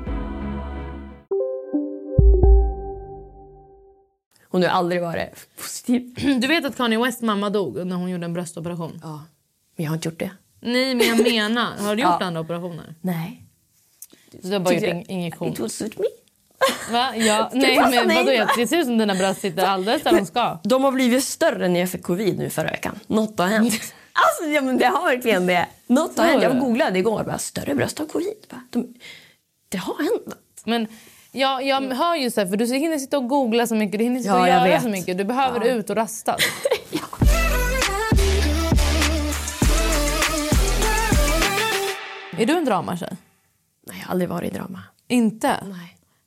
Hon har aldrig varit positiv. Du vet att Kanye West mamma dog när hon gjorde en bröstoperation? Ja, men jag har inte gjort det. Nej, men jag menar. Har du gjort Ja. andra operationer? Nej. Så du har bara gjort Tyckte en injektion? It would suit me. Va? Ja. Nej, passa men mig, vadå? va? Det ser ut som dina bröst sitter alldeles där de ska. De har blivit större när jag fick covid nu förra veckan. Något har hänt. Alltså, ja, men det har verkligen det. Något har hänt. Jag googlade igår. Bara, större bröst av covid. Bara, de, det har hänt något. Men jag, jag hör ju så här, för du hinner sitta och googla så mycket, du hinner sitta Ja, och jag göra vet. så mycket. Du behöver Ja. ut och rasta. Ja. Är du en dramatjej? Nej, jag har aldrig varit i drama. Inte? Nej.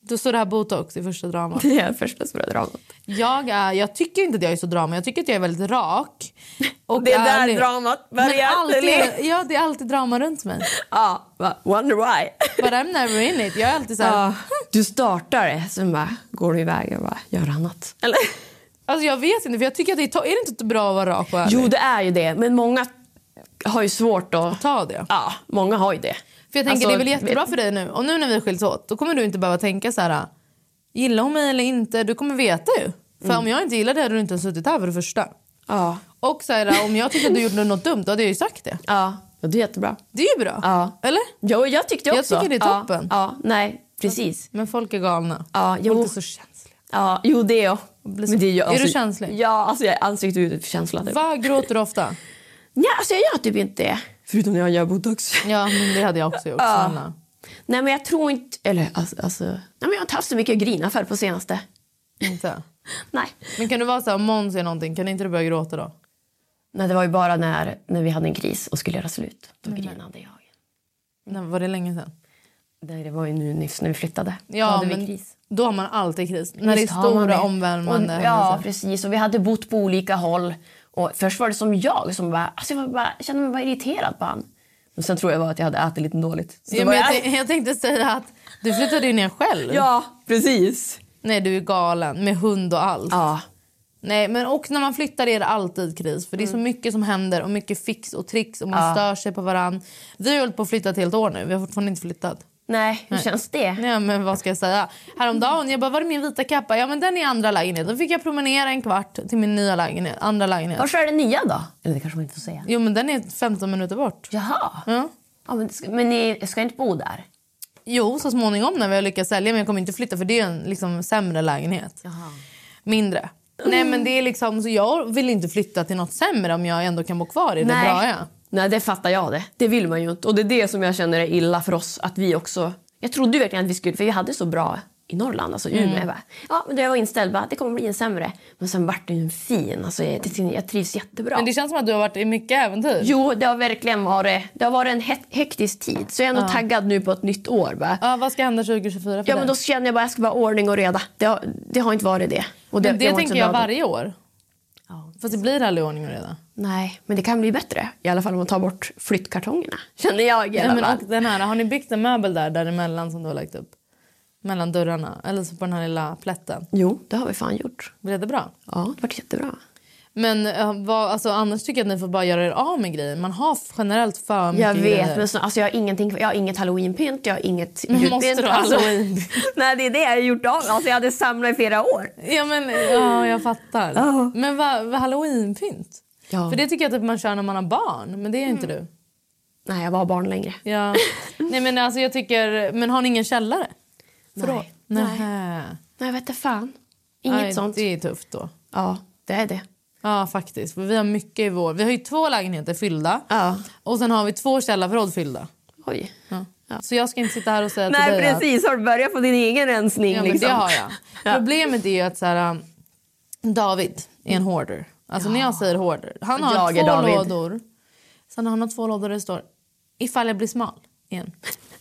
Då står det här botox i första dramat. Det är första stora dramat. Jag, är, jag tycker inte att jag är så drama. Jag tycker att jag är väldigt rak. Och det är ärlig. där dramat börjar. Alltid, ja, det är alltid drama runt mig. Ja, wonder why. But I'm never in it. Jag är alltid så här... Ja, du startar det, sen bara går du iväg och bara gör annat. Eller? Alltså jag vet inte, för jag tycker att det är, är det inte bra att vara rak och ärlig? Jo, det är ju det. Men många har ju svårt att... ta det. Ja, många har ju det. För jag tänker, alltså, det är väl jättebra för dig nu. Och nu när vi skiljs åt, då kommer du inte behöva tänka så här: gillar hon mig eller inte? Du kommer veta ju. För mm. om jag inte gillar det hade du inte suttit här för det första. Ja. Och så här, om jag tyckte att du gjorde något dumt, då hade jag ju sagt det. Ja, det är jättebra. Det är ju bra. Ja. Eller? Jo, jag tyckte också. Jag tycker det är toppen. Ja, ja nej, precis. Men folk är galna. Ja, jo. Folk är så känsliga. Ja, jo det är jag. Men det är, ju, alltså, är du känslig? Ja, alltså jag är ansiktet ut för känsla. Typ. Vad gråter du ofta? Ja, alltså jag gör typ inte det. Förutom när jag gör botox. Ja, men det hade jag också gjort. Ja. Nej, men jag tror inte... Eller, alltså... alltså nej, men jag har inte haft så mycket att grina för på senaste. Inte? Nej. Men kan du vara så här, om Måns säger någonting, kan inte du börja gråta då? Nej, det var ju bara när, när vi hade en kris och skulle göra slut. Då mm. grinade jag. Nej, var det länge sedan? Nej, det var ju nu nyss när vi flyttade. Ja, då hade men vi kris. Då har man alltid kris. Just när det är stora omvälvande. Ja, precis. Och vi hade bott på olika håll. Och först var det som jag som bara... Alltså jag, var bara, jag kände mig bara irriterad på han. Och sen tror jag bara att jag hade ätit lite dåligt. Ja, men jag, jag... jag tänkte säga att du flyttade ju ner själv. Ja, precis. Nej, du är galen. Med hund och allt. Ja. Nej, men och när man flyttar är det alltid kris. För det är så mycket som händer och mycket fix och tricks. Och man ja. stör sig på varann. Vi har hållit på att flytta ett helt år nu. Vi har fortfarande inte flyttat. Nej, hur Nej. känns det? Nej, men vad ska jag säga? Häromdagen, jag bara, var är min vita kappa? Ja, men den är andra lägenhet. Då fick jag promenera en kvart till min nya lägenhet. Andra lägenhet. Var är den nya då? Eller det kanske man inte får säga. Jo, men den är femton minuter bort. Jaha. Ja. Ja, men, men ni ska inte bo där? Jo, så småningom när vi har lyckats sälja. Men jag kommer inte flytta för det är en liksom sämre lägenhet. Jaha. Mindre. Mm. Nej, men det är liksom, så jag vill inte flytta till något sämre om jag ändå kan bo kvar i det. Nej. Bra, ja. Nej, det fattar jag det. Det vill man ju inte. Och det är det som jag känner är illa för oss. Att vi också... Jag trodde verkligen att vi skulle... För vi hade så bra i Norrland, alltså Umeå. Mm. Bara, ja, men då jag var inställd, bara, det kommer bli en sämre. Men sen vart det ju en fin. Alltså, jag, jag trivs jättebra. Men det känns som att du har varit i mycket äventyr. Jo, det har verkligen varit... Det har varit en he- hektisk tid. Så jag är nog ja. taggad nu på ett nytt år. Bara. Ja, vad ska hända tjugo tjugofyra för Ja, dig? men då känner jag bara att jag ska vara ordning och reda. Det har, det har inte varit det. Och det men det jag tänker jag varje år. Ja. Fast det blir aldrig ordning och reda. Nej, men det kan bli bättre. I alla fall om man tar bort flyttkartongerna. Känner jag i alla ja, men och den här, har ni byggt en möbel där däremellan som du har lagt upp? Mellan dörrarna? Eller så på den här lilla plätten? Jo, det har vi fan gjort. Blev det bra? Ja, det var jättebra. Men uh, vad, alltså, annars tycker jag att ni får bara göra er av med grejer. Man har generellt för mycket Jag vet, grejer. men så, alltså, jag har ingenting. Jag har inget halloweenpynt, jag har inget julpynt. Måste du ha halloween? Nej, det är det jag har gjort av. Alltså, jag hade samlat i flera år. Ja, men ja, jag fattar. Oh. Men vad, vad halloweenpynt? Ja. För det tycker jag att man kör när man har barn. Men det är mm. inte du. Nej, jag var barn längre. Ja. Nej, men alltså jag tycker... Men har ni ingen källare? Nej. Nej. Nej. Nej, vet inte fan. Inget Nej, sånt. Det är tufft då. Ja, det är det. Ja, faktiskt. För vi har mycket i vår... Vi har ju två lägenheter fyllda. Ja. Och sen har vi två källarförråd fyllda. Oj. Ja. Ja. Så jag ska inte sitta här och säga Nej, till dig precis. Att... Har du börjat på din egen rensning? Ja, liksom? men det har jag. Ja. Problemet är ju att så här, David är en hoarder. Alltså ja. när jag säger hoarder. Han har jag två David. lådor. Sen har han två lådor där det står ifall jag blir smal igen.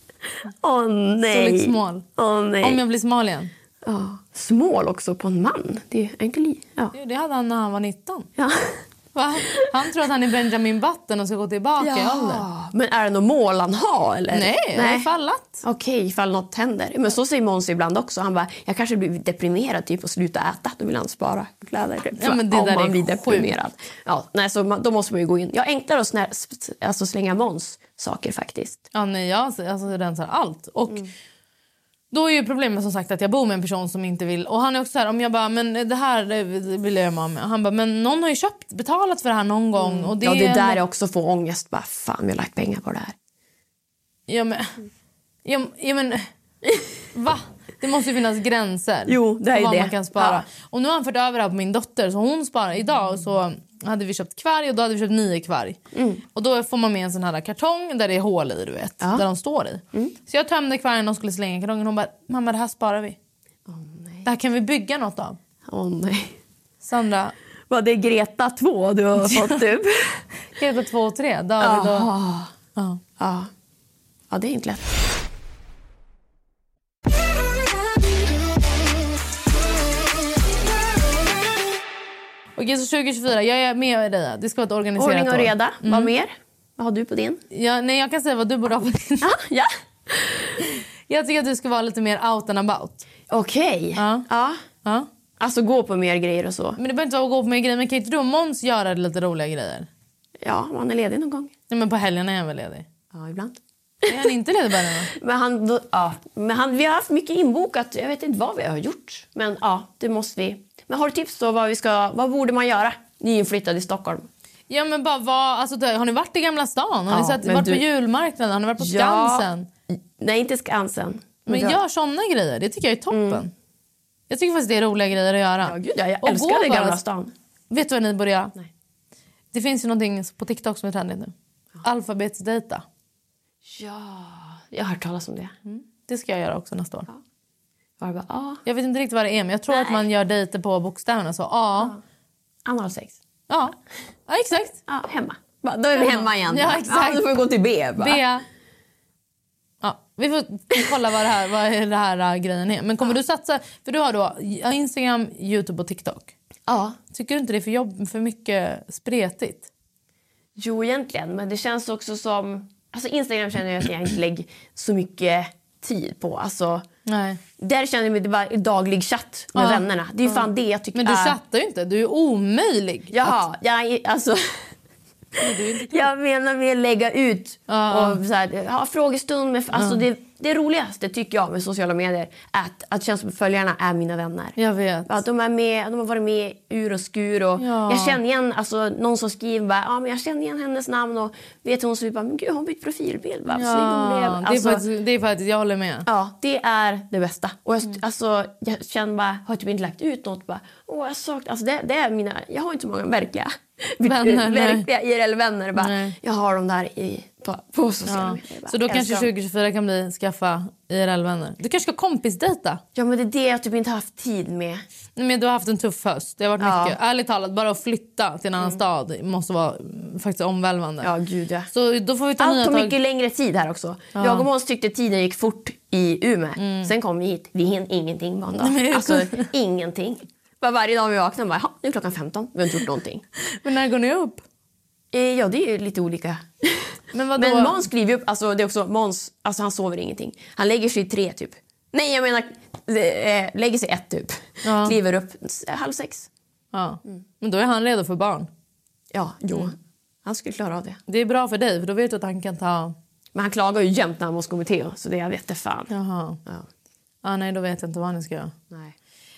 Åh oh, nej. Storlek smal. Oh, nej. Om jag blir smal igen. Ja. Smål också på en man. Det är inte li. Ja. Det hade han när han var nitton. Ja. Va? Han tror att han är Benjamin Button och ska gå tillbaka ja. i ålder. Men är det något mål han har? Eller? Nej, det är fallat. Okej, okay, ifall något händer. Men så säger Måns ibland också. Han bara, jag kanske blir deprimerad typ och sluta äta. Då vill han spara kläder. Ja, men det om där man är blir deprimerad. Ja, nej, så man, då måste man ju gå in. Jag är enklare att snä, alltså slänga Måns saker faktiskt. Ja, nej, jag alltså, rensar allt. Och... Mm. Då är ju problemet som sagt att jag bor med en person som inte vill. Och han är också så här, om jag bara, men det här det vill jag göra med. Han bara, men någon har ju köpt, betalat för det här någon gång. Mm. Och det ja, det är där är också få ångest. Bara, fan, vi har lagt pengar på det här. Ja, men... Ja, ja men... Va? Det måste ju finnas gränser. Jo, det är vad det. Man kan spara. Ja. Och nu har han fått över det här på min dotter. Så hon sparar idag så... hade vi köpt kvarg och då hade vi köpt nio kvarg. Mm. Och då får man med en sån här kartong där det är hål i, du vet. Ja. Där de står i. Mm. Så jag tömde kvargen och skulle slänga kartongen. Hon bara, mamma, det här sparar vi. Oh, nej. Det här kan vi bygga något av. Åh oh, nej. Sandra. Vad det är Greta två du har fått upp? Greta två och tre. David och... Ja. Ja. Ja, det är inte lätt. Okej, så tjugo tjugofyra, jag är med i dig. Det ska vara ett organiserat Ordning och år. reda. Mm. Vad mer? Vad har du på din? Ja, nej, jag kan säga vad du borde ha på din. Ja, ja. Jag tycker att du ska vara lite mer out and about. Okej. Okay. Ja. Ja. Ja. Alltså gå på mer grejer och så. Men det behöver inte vara att gå på mer grejer. Men kan inte du och Måns göra lite roliga grejer? Ja, man är ledig någon gång. Nej, men på helgen är han väl ledig? Ja, ibland. Är han inte ledig bara nu? Men han, då, ja. Men han, vi har haft mycket inbokat. Jag vet inte vad vi har gjort. Men ja, det måste vi. Men har du tips då vad vi ska, vad borde man göra? Nyinflyttad i Stockholm. Ja, men bara vad, alltså, har ni varit i Gamla stan? Har ja, ni sett, varit du... på julmarknaden? Har ni varit på Skansen? Ja, nej, inte Skansen. Men jag... gör såna grejer, det tycker jag är toppen. Mm. Jag tycker faktiskt det är roliga grejer att göra. Ja, gud, jag älskar det Gamla stan. Vet du vad ni borde göra? Nej. Det finns ju någonting på TikTok som är trendigt nu. Ja. Alfabetsdata. Ja, jag har hört talas om det. Mm. Det ska jag göra också nästa år. Ja. Jag, bara, ah. jag vet inte riktigt vad det är, men jag tror Nej. att man gör dejter på bokstäverna. Så A. Ja. Analsex. Ja. Ja, exakt. Ja, hemma. Då är vi hemma igen. Ja, exakt. Ja, då får vi gå till B. Bara. B. Ja, vi får kolla vad det här, vad det här uh, grejen är. Men kommer ja. du satsa... För du har då Instagram, YouTube och TikTok. Ja. Tycker du inte det är för, jobb, för mycket spretigt? Jo, egentligen. Men det känns också som... Alltså Instagram känner jag att jag inte lägger så mycket tid på. Alltså, Nej. Där känner jag mig det bara daglig chatt med ja. vännerna. Det är ju fan ja. det jag tycker. Men du är... chattar ju inte. Du är omöjlig. Jaha, att... jag, alltså... jag menar med att lägga ut ja. och så här, ha frågestund med, alltså ja. det, det roligaste tycker jag med sociala medier är att, att känns som följarna är mina vänner. Jag vet. Ja, de är med, de har varit med ur och skur och ja. jag känner igen alltså någon som skriver bara, ja men jag känner igen hennes namn och vet hon så bara, men gud hon har bytt profilbild va? Ja. Alltså, det, är faktiskt, det är faktiskt, jag håller med. Ja, det är det bästa. Och jag, mm. alltså, jag känner bara, har typ inte lagt ut något bara, åh jag saknar, alltså det, det är mina, jag har inte så många verkliga vänner, verkliga I R L-vänner bara, jag har dem där i, på, på sociala ja. medier. Bara, så då kanske tjugo tjugofyra kan bli skaffa I R L-vänner. Du kanske ska kompisdejta. Ja, men det är det jag typ inte haft tid med. Men du har haft en tuff höst. Det har varit ja. mycket. Ärligt talat, bara att flytta till en annan mm. stad måste vara faktiskt omvälvande. Ja, gud ja. Så då får vi ta allt nya tog tag. mycket längre tid här också. Ja. Jag och Måns tyckte tiden gick fort i Umeå. Mm. Sen kom vi hit. Vi hinner ingenting bara en dag. Alltså ingenting. Bara varje dag vi vaknar bara, nu är klockan femton. Vi har inte gjort någonting. Men när går ni upp? Eh, ja, det är ju lite olika. Men, vadå? Men Måns skriver upp, alltså det är också Måns, alltså han sover ingenting. Han lägger sig i tre typ. Nej, jag menar äh, lägger sig ett typ. Ja. Kliver upp halv sex. Ja. Mm. Men då är han redo för barn. Ja, jo. Mm. Han skulle klara av det. Det är bra för dig, för då vet du att han kan ta... Men han klagar ju jämt när han måste gå med Theo, så det jag vet det fan. Jaha. Ja. Ah, nej, då vet jag inte vad ni ska göra. Nej.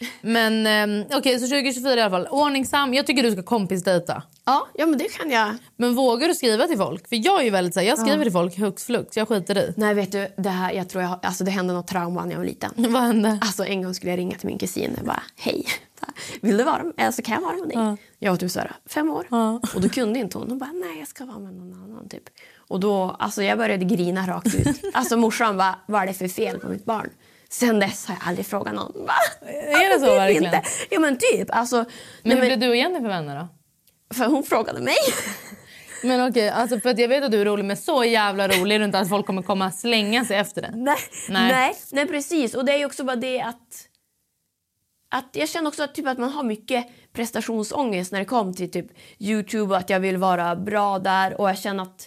Men eh, okej, okay, så tjugo tjugofyra i alla fall. Ordningsam, jag tycker du ska kompisdejta. Ja, ja, men det kan jag. Men vågar du skriva till folk? För jag är ju väldigt så här, jag skriver ja. till folk hux flux, jag skiter i. Nej, vet du, det här, jag tror jag, alltså det hände något trauma när jag var liten. Vad hände? Alltså en gång skulle jag ringa till min kusin och bara, hej, vill du vara, alltså kan jag vara med dig? Ja. Jag var typ såhär, fem år. Ja. Och då kunde inte hon. Hon bara, nej jag ska vara med någon annan typ. Och då, alltså jag började grina rakt ut. Alltså morsan bara, vad är det för fel på mitt barn? Sen dess har jag aldrig frågat någon. Va? Är det så verkligen? Inte. Ja men typ. Alltså, men nej, hur blev du och Jenny för vänner då? För hon frågade mig. Men okej, alltså för att jag vet att du är rolig, men så jävla rolig är du inte att folk kommer komma slänga sig efter det. Nej, nej. nej, nej precis. Och det är ju också bara det att, att jag känner också att, typ, att man har mycket prestationsångest när det kommer till typ YouTube och att jag vill vara bra där. Och jag känner att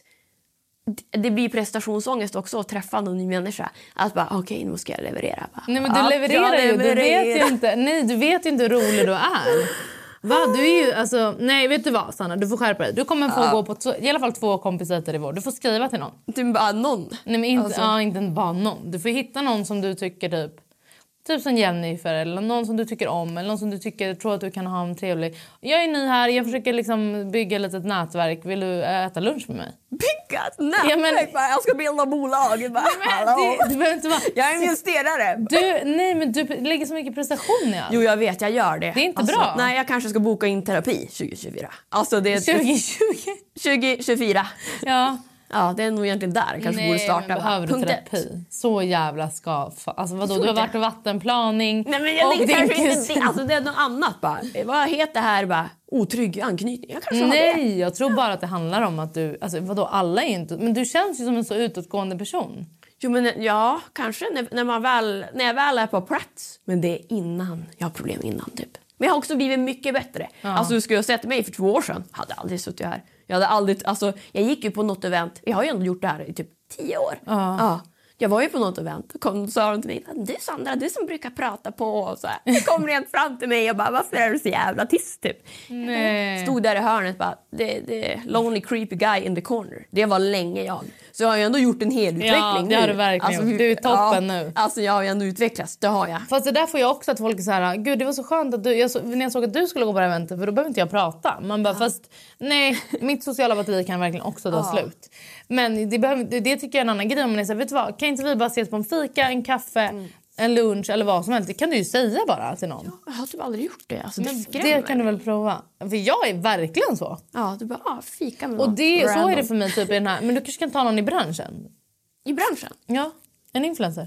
det blir prestationsångest också att träffa någon ny människa. Att bara, okej, okay, nu ska jag leverera. Bara, nej, men du levererar ju. Du vet ju inte, nej, du vet ju inte hur rolig du är. Va? Du är ju, alltså, nej, vet du vad, Sanna? Du får skärpa dig. Du kommer få ja. gå på t- i alla fall två kompisar i vår. Du får skriva till någon. Du bara någon? Nej, men inte, alltså. ja, inte bara någon. Du får hitta någon som du tycker typ... Typ som Jennifer, eller någon som du tycker om, eller någon som du tycker tror att du kan ha en trevlig. Jag är ny här, jag försöker liksom bygga ett litet nätverk. Vill du äta lunch med mig? Bygga ett nätverk? Ja, men, jag ska bilda bolag. Bara, nej, men, det, det inte vara. Jag är investerare. Du, nej, men du lägger så mycket prestation i allt. Jo, jag vet, jag gör det. Det är inte alltså, bra. Nej, jag kanske ska boka in terapi tjugo tjugofyra. Alltså det är tjugo tjugo? tjugo tjugofyra. Ja. Ja, det är nog egentligen där. Kanske nej, borde starta. Men behöver du terapi? Så jävla ska... Alltså vadå, du har varit i vattenplaning. Nej, men jag och det, kanske inte det. Alltså det är något annat bara. Vad heter det här bara? Otrygg anknytning. Jag kanske nej, har det. Jag tror bara att det handlar om att du... Alltså vadå, alla är inte... Men du känns ju som en så utåtgående person. Jo, men ja, kanske när, när, man väl, när jag väl är på plats. Men det är innan. Jag har problem innan typ. Men jag har också blivit mycket bättre. Ja. Alltså, skulle jag sett mig för två år sedan hade jag aldrig suttit här. Jag hade aldrig, alltså, jag gick ju på något event. Jag har ju ändå gjort det här i typ tio år. Ja. Ja. Jag var ju på något event och kom och sa till mig, du Sandra, du som brukar prata på och så här. Kom rent fram till mig och bara, varför är du så jävla tyst typ? Nej. Stod där i hörnet bara, det, det lonely creepy guy in the corner. Det var länge jag. Så jag har ju ändå gjort en hel utveckling. Ja, det har du verkligen. Alltså, du är toppen ja, nu. Alltså jag har ju ändå utvecklats, det har jag. Fast det där får jag också att folk är så här, gud det var så skönt att du, jag så, när jag såg att du skulle gå på det eventet, för då behöver inte jag prata. Man bara, ja. Fast nej, mitt sociala batteri kan verkligen också ta ja. slut. Men det, behöver, det, det tycker jag är en annan grej. Om man är så här, vet du vad, kan inte vi bara ses på en fika, en kaffe, mm. en lunch eller vad som helst? Det kan du ju säga bara till någon. Ja, jag har typ aldrig gjort det. Alltså, det, men det kan du väl prova. För jag är verkligen så. Ja, du bara, ah, fika med och någon. det, så är det för mig typ i den här. Men du kanske kan ta någon i branschen. I branschen? Ja, en influencer.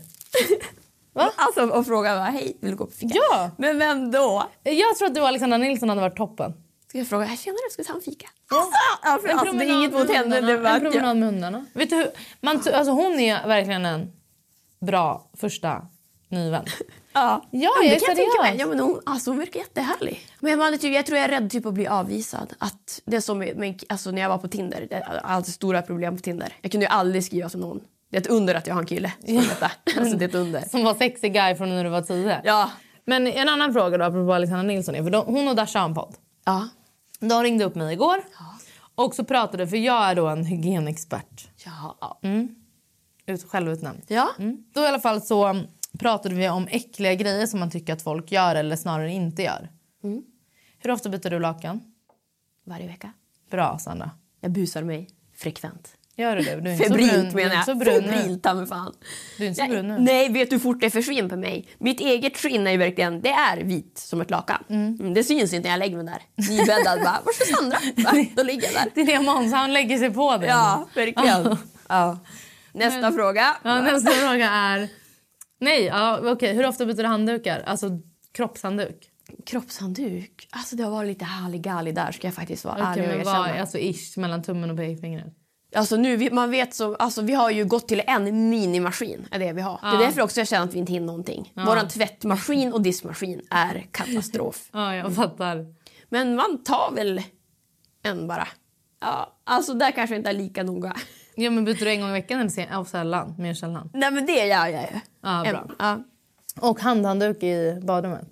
Va? Alltså och fråga, hej, vill du gå på fika? Ja. Men vem då? Jag tror att du och Alexandra Nilsson hade varit toppen. Ska jag fråga, tjena du ska ta en fika? Ja. Alltså, alltså, alltså det är inget mot henne. Det var en promenad med hundarna. Vet du hur, man, alltså, hon är verkligen en bra första ny vän. Ja, ja, jag är seriös. Ja, men hon, alltså, hon verkar jättehärlig. Men man, typ, jag tror jag är rädd typ att bli avvisad. Att det är som med, alltså, när jag var på Tinder. Det är alltid stora problem på Tinder. Jag kunde ju aldrig skriva till någon. Det är ett under att jag har en kille. Ja. Alltså, det är ett under. Som var sexy guy från när du var tio. Ja. Men en annan fråga då, apropå Alexandra Nilsson. Är, för de, hon och Dasha har en podd. Ja. De ringde upp mig igår. Ja. Och så pratade, för jag är då en hygienexpert. Ja. Mm. Ut, självutnämnd. Ja. Mm. Då i alla fall så pratade vi om äckliga grejer som man tycker att folk gör eller snarare inte gör. Mm. Hur ofta byter du lakan? Varje vecka. Bra, Sandra. Jag busar mig frekvent. Gör du det? Du är inte febrilt så brun, menar jag. Så brun febrilt, ta mig fan. Du är inte så brun nu. Nej, vet du hur fort det försvinner på mig? Mitt eget skinn är ju verkligen, det är vit som ett lakan. Mm. Mm, det syns inte när jag lägger mig där. Nybäddad bara, var är Sandra? Va? Då ligger jag där. Det är det Måns, han lägger sig på det. Ja, verkligen. Ja. Nästa Men, fråga. Ja, nästa fråga är... Nej, ja, okej. Okay. Hur ofta byter du handdukar? Alltså kroppshandduk. Kroppshandduk? Alltså det har varit lite halligalli där, ska jag faktiskt vara okay, ärlig och erkänna. vad, alltså ish, mellan tummen och pekfingret. Alltså nu, man vet så, alltså vi har ju gått till en minimaskin, är det vi har. Ja. Det är därför också jag känner att vi inte hinner någonting. Ja. Våran tvättmaskin och diskmaskin är katastrof. Ja, jag fattar. Men man tar väl en bara. Ja, alltså där kanske inte är lika noga. Ja, men byter du en gång i veckan eller sen, oh, sällan? Mer sällan? Nej, men det gör jag ju. Ja, bra. En, ja. Och handhandduk i badrummet?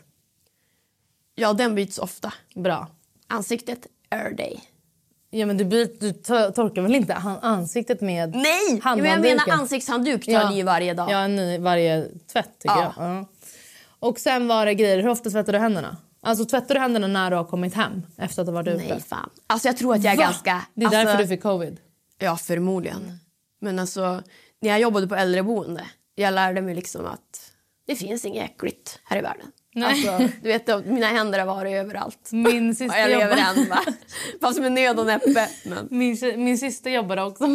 Ja, den byts ofta. Bra. Ansiktet är day. Ja, men du, byter, du torkar väl inte ansiktet med Nej, jag menar ansiktshandduk tar ja. ni varje dag. Ja, en ny varje tvätt tycker ja. jag. Ja. Och sen var det grejer, hur ofta tvättar du händerna? Alltså tvättar du händerna när du har kommit hem efter att du varit ute? Nej, fan. Alltså jag tror att jag är Va? ganska... Det är alltså, därför du fick covid? Ja, förmodligen. Mm. Men alltså, när jag jobbade på äldreboende, jag lärde mig liksom att det finns inget äckligt här i världen. Nej. Alltså, du vet, mina händer har varit överallt. Min syster jag lever jobbade... än, va? Fast med nöd och näppe. Men... Min, min syster jobbade också.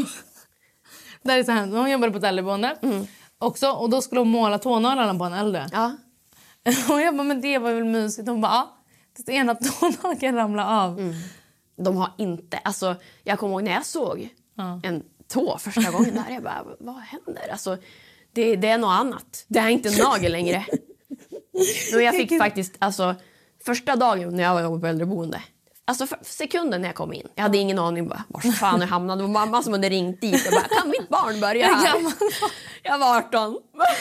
Där är så här, hon jobbade på ett äldreboende. Mm. Också, och då skulle hon måla tånaglarna på en äldre. Ja. Och jag bara, men det var väl mysigt. Hon bara, ja. Det ena tånageln ramlade av. Mm. De har inte, alltså jag kommer ihåg när jag såg ja. en tå första gången där. Jag bara, vad händer? Alltså, det, det är något annat. Det är inte en nagel längre. Och jag fick faktiskt, alltså första dagen när jag var på äldreboende. Alltså för sekunden när jag kom in. Jag hade ingen aning bara, var fan jag hamnade. Det var mamma som hade ringt dit och bara, kan mitt barn börja här? Jag var arton.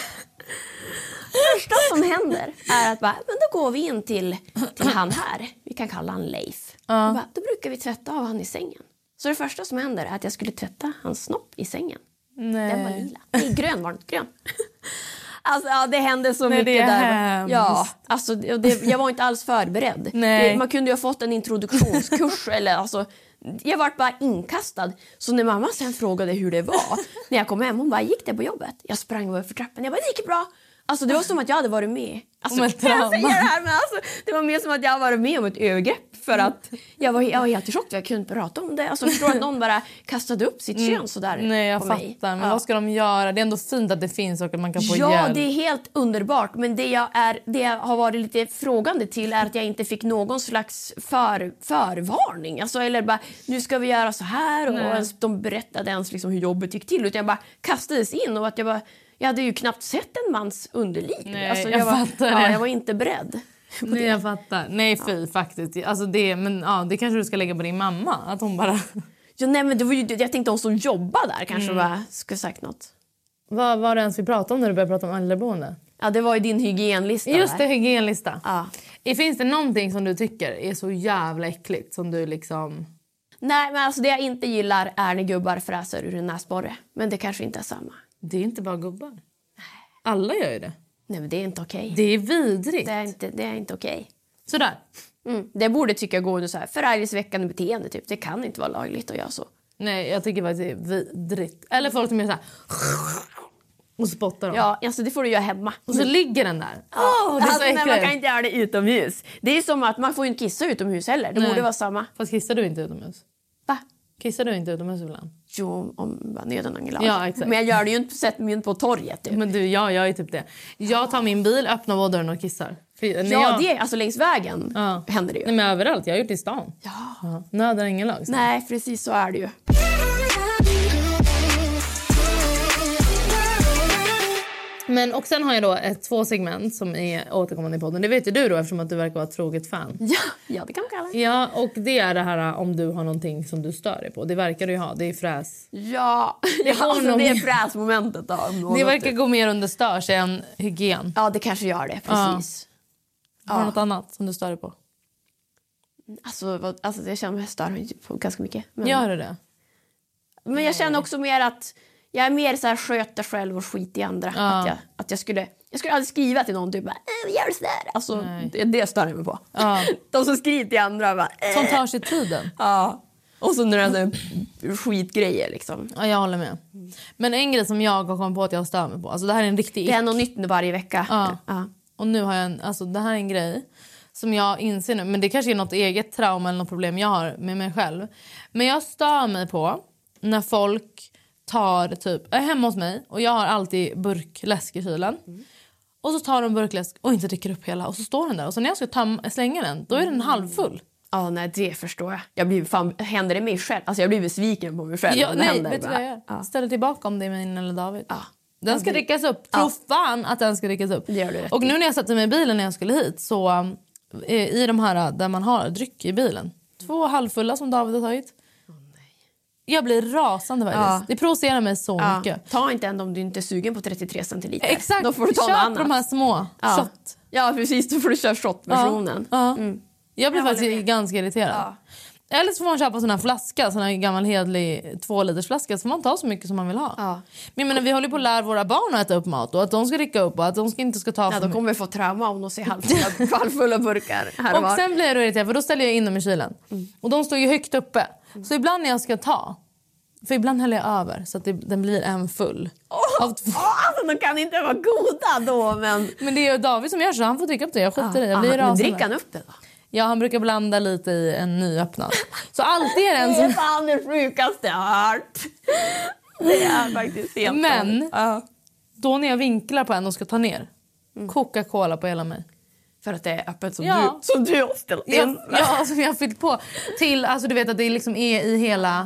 Första som händer är att bara, men då går vi in till, till han här. Vi kan kalla han Leif. Ja. Bara, då brukar vi tvätta av han i sängen. Så det första som händer är att jag skulle tvätta hans snopp i sängen. Nej. Den var lila. Nej, grön var den. Grön. Alltså, ja, det hände så Nej, mycket det är där. Hemskt. Ja, alltså, det, jag var inte alls förberedd. Nej. Det, man kunde ju ha fått en introduktionskurs eller alltså... Jag var bara inkastad. Så när mamma sen frågade hur det var när jag kom hem, hon bara, gick det på jobbet? Jag sprang över för trappen. Jag bara, det gick bra. Alltså det var som att jag hade varit med. Alltså, jag säger det här, men alltså, det var mer som att jag hade varit med om ett övergrepp. För att jag var, jag var helt i chock. Jag kunde inte prata om det. Alltså förstår att någon bara kastade upp sitt kön mm. sådär. Nej, jag på fattar. mig. Men ja. vad ska de göra? Det är ändå fint att det finns och att man kan få ja, hjälp. Ja, det är helt underbart. Men det jag, är, det jag har varit lite frågande till är att jag inte fick någon slags för, förvarning. Alltså, eller bara, nu ska vi göra så här. Och ens, de berättade ens liksom hur jobbet gick till. Utan jag bara kastades in och att jag bara... Jag hade ju knappt sett en mans underliv. Nej, alltså, jag, jag, var, fattar ja, det. jag var inte beredd. Nej, jag fattar. Nej, fy ja. faktiskt. Alltså det, men, ja, det kanske du ska lägga på din mamma. Att hon bara... Ja, nej, men det var ju, jag tänkte hon som jobbar där kanske mm. bara skulle sagt något. Vad var det ens vi pratade om när du började prata om äldreboende? Ja, det var ju din hygienlista. Just det, hygienlista. Ja. Finns det någonting som du tycker är så jävla äckligt som du liksom... Nej, men alltså det jag inte gillar är när gubbar fräser ur en näsborre. Men det kanske inte är samma. Det är inte bara gubbar. Alla gör ju det. Nej, men det är inte okej. Okay. Det är vidrigt. Det är inte, det är inte okej. Okay. Sådär. Mm. Det borde tycka jag gå under så här förargelseväckande beteende typ. Det kan inte vara lagligt att göra så. Nej, jag tycker faktiskt det är vidrigt. Eller folk som gör så här och spottar dem. Ja, alltså det får du göra hemma. Och så ligger den där. Åh, oh, det är alltså, så äckligt. Man kan inte göra det utomhus. Det är som att man får inte kissa utomhus heller. Det Nej. borde vara samma. Fast kissar du inte utomhus? Va? Kissar du inte utomhus ibland? Jo, om nöden angelag. Ja, exakt. Men jag gör det ju inte, sätter mig inte på torget. Typ. Men du, ja, jag är typ det. Jag tar min bil, öppnar vårdörren och kissar. För, ja, jag... det är alltså längs vägen ja. händer det ju. Nej, men överallt. Jag har gjort det i stan. Ja. ja. Nöden ingen lag. Så. Nej, precis så är det ju. Men och sen har jag då ett, två segment som är återkommande i podden. Det vet ju du då eftersom att du verkar vara ett troget fan. Ja, ja det kan man kalla det. Ja, och det är det här om du har någonting som du stör dig på. Det verkar du ju ha, det är fräs. Ja, det, är, alltså, det är fräsmomentet då. Det verkar gå mer under stör sig än hygien. Ja, det kanske gör det, precis. Ja. Har du något annat som du stör dig på? Alltså, vad, alltså jag känner mig stör mig på ganska mycket. Men... Gör du det? Men jag känner också mer att jag är mer så här sköter själv och skit i andra. Ja. Att, jag, att jag skulle jag skulle aldrig skriva till någon typ bara, äh, gör så där. Alltså det, det stör jag mig på. Ja. De som skriver till andra bara, äh. Som tar sig tiden. Ja. Och så när det är skitgrejer liksom. Ja, jag håller med. Men en grej som jag har kommit på att jag stör mig på. Alltså det här är en riktig Det är något nytt varje vecka. Ja. Ja. Och nu har jag en, alltså det här är en grej som jag inser nu, men det kanske är något eget trauma eller något problem jag har med mig själv. Men jag stör mig på när folk tar typ, är hemma hos mig och jag har alltid burkläsk i kylen. Mm. Och så tar de burkläsk och inte dricker upp hela och så står den där och så när jag ska ta, slänga den, då är den halvfull. Ja, oh, nej, det förstår jag. Jag blir fan, händer det mig själv? Alltså jag blir besviken på mig själv. Ja, nej, händer, vet du vad jag gör? Ja. Ställer tillbaka om det är min eller David. Ja. Den ska drickas upp. Tro ja. fan att den ska drickas upp. Det gör du rätt. Och nu när jag satte mig i bilen när jag skulle hit så eh, i de här där man har dryck i bilen. Två halvfulla som David har tagit. Oh, nej. Jag blir rasande faktiskt. Ja. Det provocerar mig så ja. mycket. Ta inte en om du inte är sugen på trettiotre centiliter. Exakt. Då får du ta Köp något annat. de här små. Ja. Shot. Ja, precis. Då får du köra shot-versionen. Ja. Ja. Mm. Jag blir jag faktiskt ganska irriterad. Ja. Eller så får man köpa sån här flaska, sån här gammal hedlig två liters flaska, så får man ta så mycket som man vill ha. Ja. Men, men vi håller på att lära våra barn att äta upp mat och att de ska dricka upp och att de ska inte ska ta. Ja, då kommer vi få trauma om de ser halvfulla, halvfulla burkar här och, och sen blir jag då irriterad för då ställer jag in dem i kylen. Mm. Och de står ju högt uppe. Mm. Så ibland när jag ska ta, för ibland häller jag över så att det, den blir en full. Oh, av två. Oh, alltså, de kan inte vara goda då, men... Men det är ju David som gör så, han får dricka upp det. Jag skjuter ah, det, jag blir ah, men dricker han upp det då? Ja, han brukar blanda lite i en nyöppnad. Så alltid är det en som... Det är fan det sjukaste jag har hört. Det är faktiskt helt... Men uh. då när jag vinklar på en och ska ta ner, mm. Coca-Cola på hela mig. För att det är öppet som, ja. du, som du har ställt in. Ja, ja, som jag har fyllt på. Till, alltså du vet att det liksom är i hela...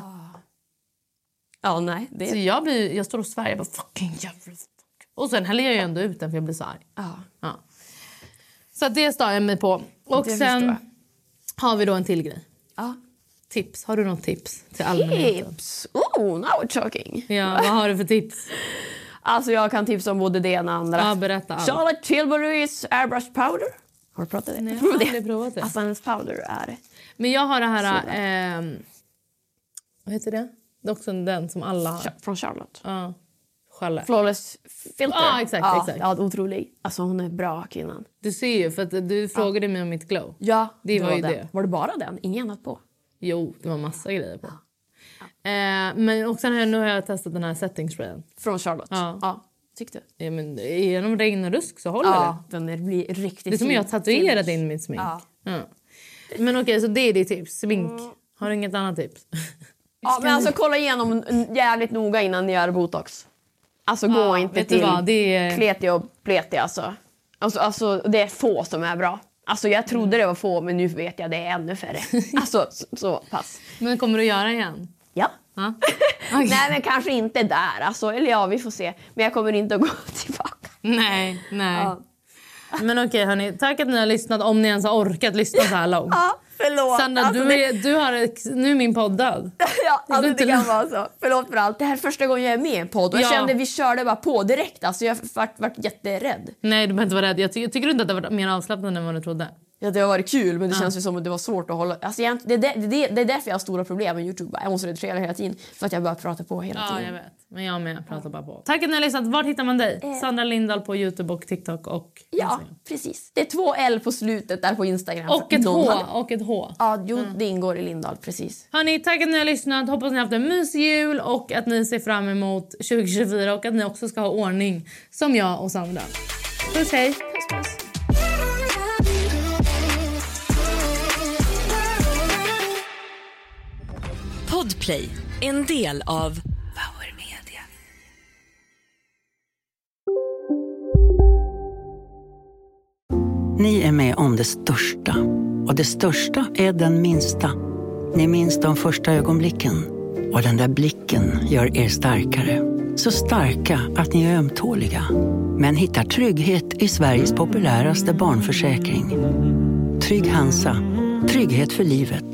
Ja, nej. Det... Så jag, blir, jag står och svär på fucking jävla fuck. Och sen häller jag ju ändå ut den för jag blir så arg. Ja. Ja. Så det står jag mig på. Och det sen har vi då en till grej. Ja. Tips. Har du något tips till allmänheten? Tips? Oh, now we're talking. Ja, vad har du för tips? Alltså jag kan tipsa om både det ena och andra. Ja, berätta. Alla. Charlotte Tilburys Airbrush Powder. Har du pratat det? Nej, jag har aldrig provat det. Alltså hennes powder är... Men jag har det här... Eh, vad heter det? Det är också den som alla har. Från Charlotte. Ja. Charlotte. Flawless filter. Ja, exakt, ja, exakt. Ja, otrolig. Alltså hon är bra kvinnan. Du ser ju, för att du frågade ja. mig om mitt glow. Ja, det, det var, var ju den. det. Var det bara den? Inget annat på? Jo, det var massa grejer på. Ja. Ja. Eh, men också här, nu har jag testat den här setting sprayen. Från Charlotte? Ja. Ja. Tyckte du? Ja, men genom regn och rusk så håller ja, det. Den är, blir riktigt det är som jag har tatuerat in mitt smink. Ja. Ja. Men okej, så det är ditt tips. Smink. Mm. Har du inget annat tips? Ja, men alltså kolla igenom jävligt noga innan ni gör botox. Alltså gå ja, inte till är... kleti och pleti alltså. Alltså, alltså. Det är få som är bra. Alltså jag trodde mm. det var få, men nu vet jag det är ännu färre. Alltså så, så pass. Men kommer du göra igen? Ja. ja. Okay. Nej, men kanske inte där. Alltså, eller ja, vi får se. Men jag kommer inte att gå tillbaka. Nej, nej. Ja. Men okej hörni, tack att ni har lyssnat om ni ens har orkat lyssna så här långt. Ja, förlåt. Sandra, alltså, du, är, du har ett, nu är min poddad. Ja, alltså, det kan vara så. Förlåt för allt. Det här är första gången jag är med i en podd. Och jag Ja. kände vi körde bara på direkt. Alltså, jag vart var jätterädd. Nej, du behöver inte vara rädd. Jag ty- tycker du inte att det var mer avslappnande än vad du trodde? Ja, det har varit kul, men det Ja. känns ju som att det var svårt att hålla... Alltså, jag, det, det, det, det är därför jag har stora problem med YouTube. Jag måste redigera hela tiden för att jag bara pratar på hela Ja, tiden. jag vet. Men jag med pratar bara på. Tack att ni har lyssnat. Vart hittar man dig? Eh. Sandra Lindahl på YouTube och TikTok och Ja, Instagram. precis. Det är två L på slutet där på Instagram. Och ett Någon H. hade- Och ett H. Ja, jo, det ingår i Lindahl, precis. Hörni, tack att ni har lyssnat. Hoppas ni har haft en mysig jul och att ni ser fram emot tjugo tjugofyra och att ni också ska ha ordning som jag och Sandra. Puss, hej! Puss, puss. Podplay, en del av Power Media. Ni är med om det största. Och det största är den minsta. Ni minns de första ögonblicken. Och den där blicken gör er starkare. Så starka att ni är ömtåliga. Men hittar trygghet i Sveriges populäraste barnförsäkring. Trygg Hansa. Trygghet för livet.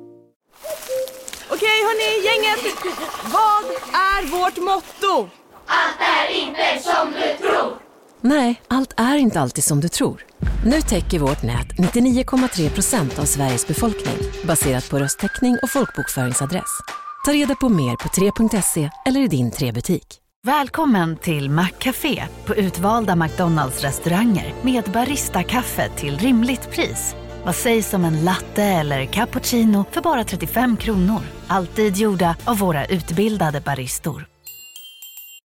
Okej hörni, gänget. Vad är vårt motto? Allt är inte som du tror. Nej, allt är inte alltid som du tror. Nu täcker vårt nät nittionio komma tre procent av Sveriges befolkning baserat på röstteckning och folkbokföringsadress. Ta reda på mer på tre punkt se eller i din tre-butik. Välkommen till Maccafé på utvalda McDonalds restauranger med Barista-kaffe till rimligt pris. Vad sägs om en latte eller cappuccino för bara trettiofem kronor? Alltid gjorda av våra utbildade baristor.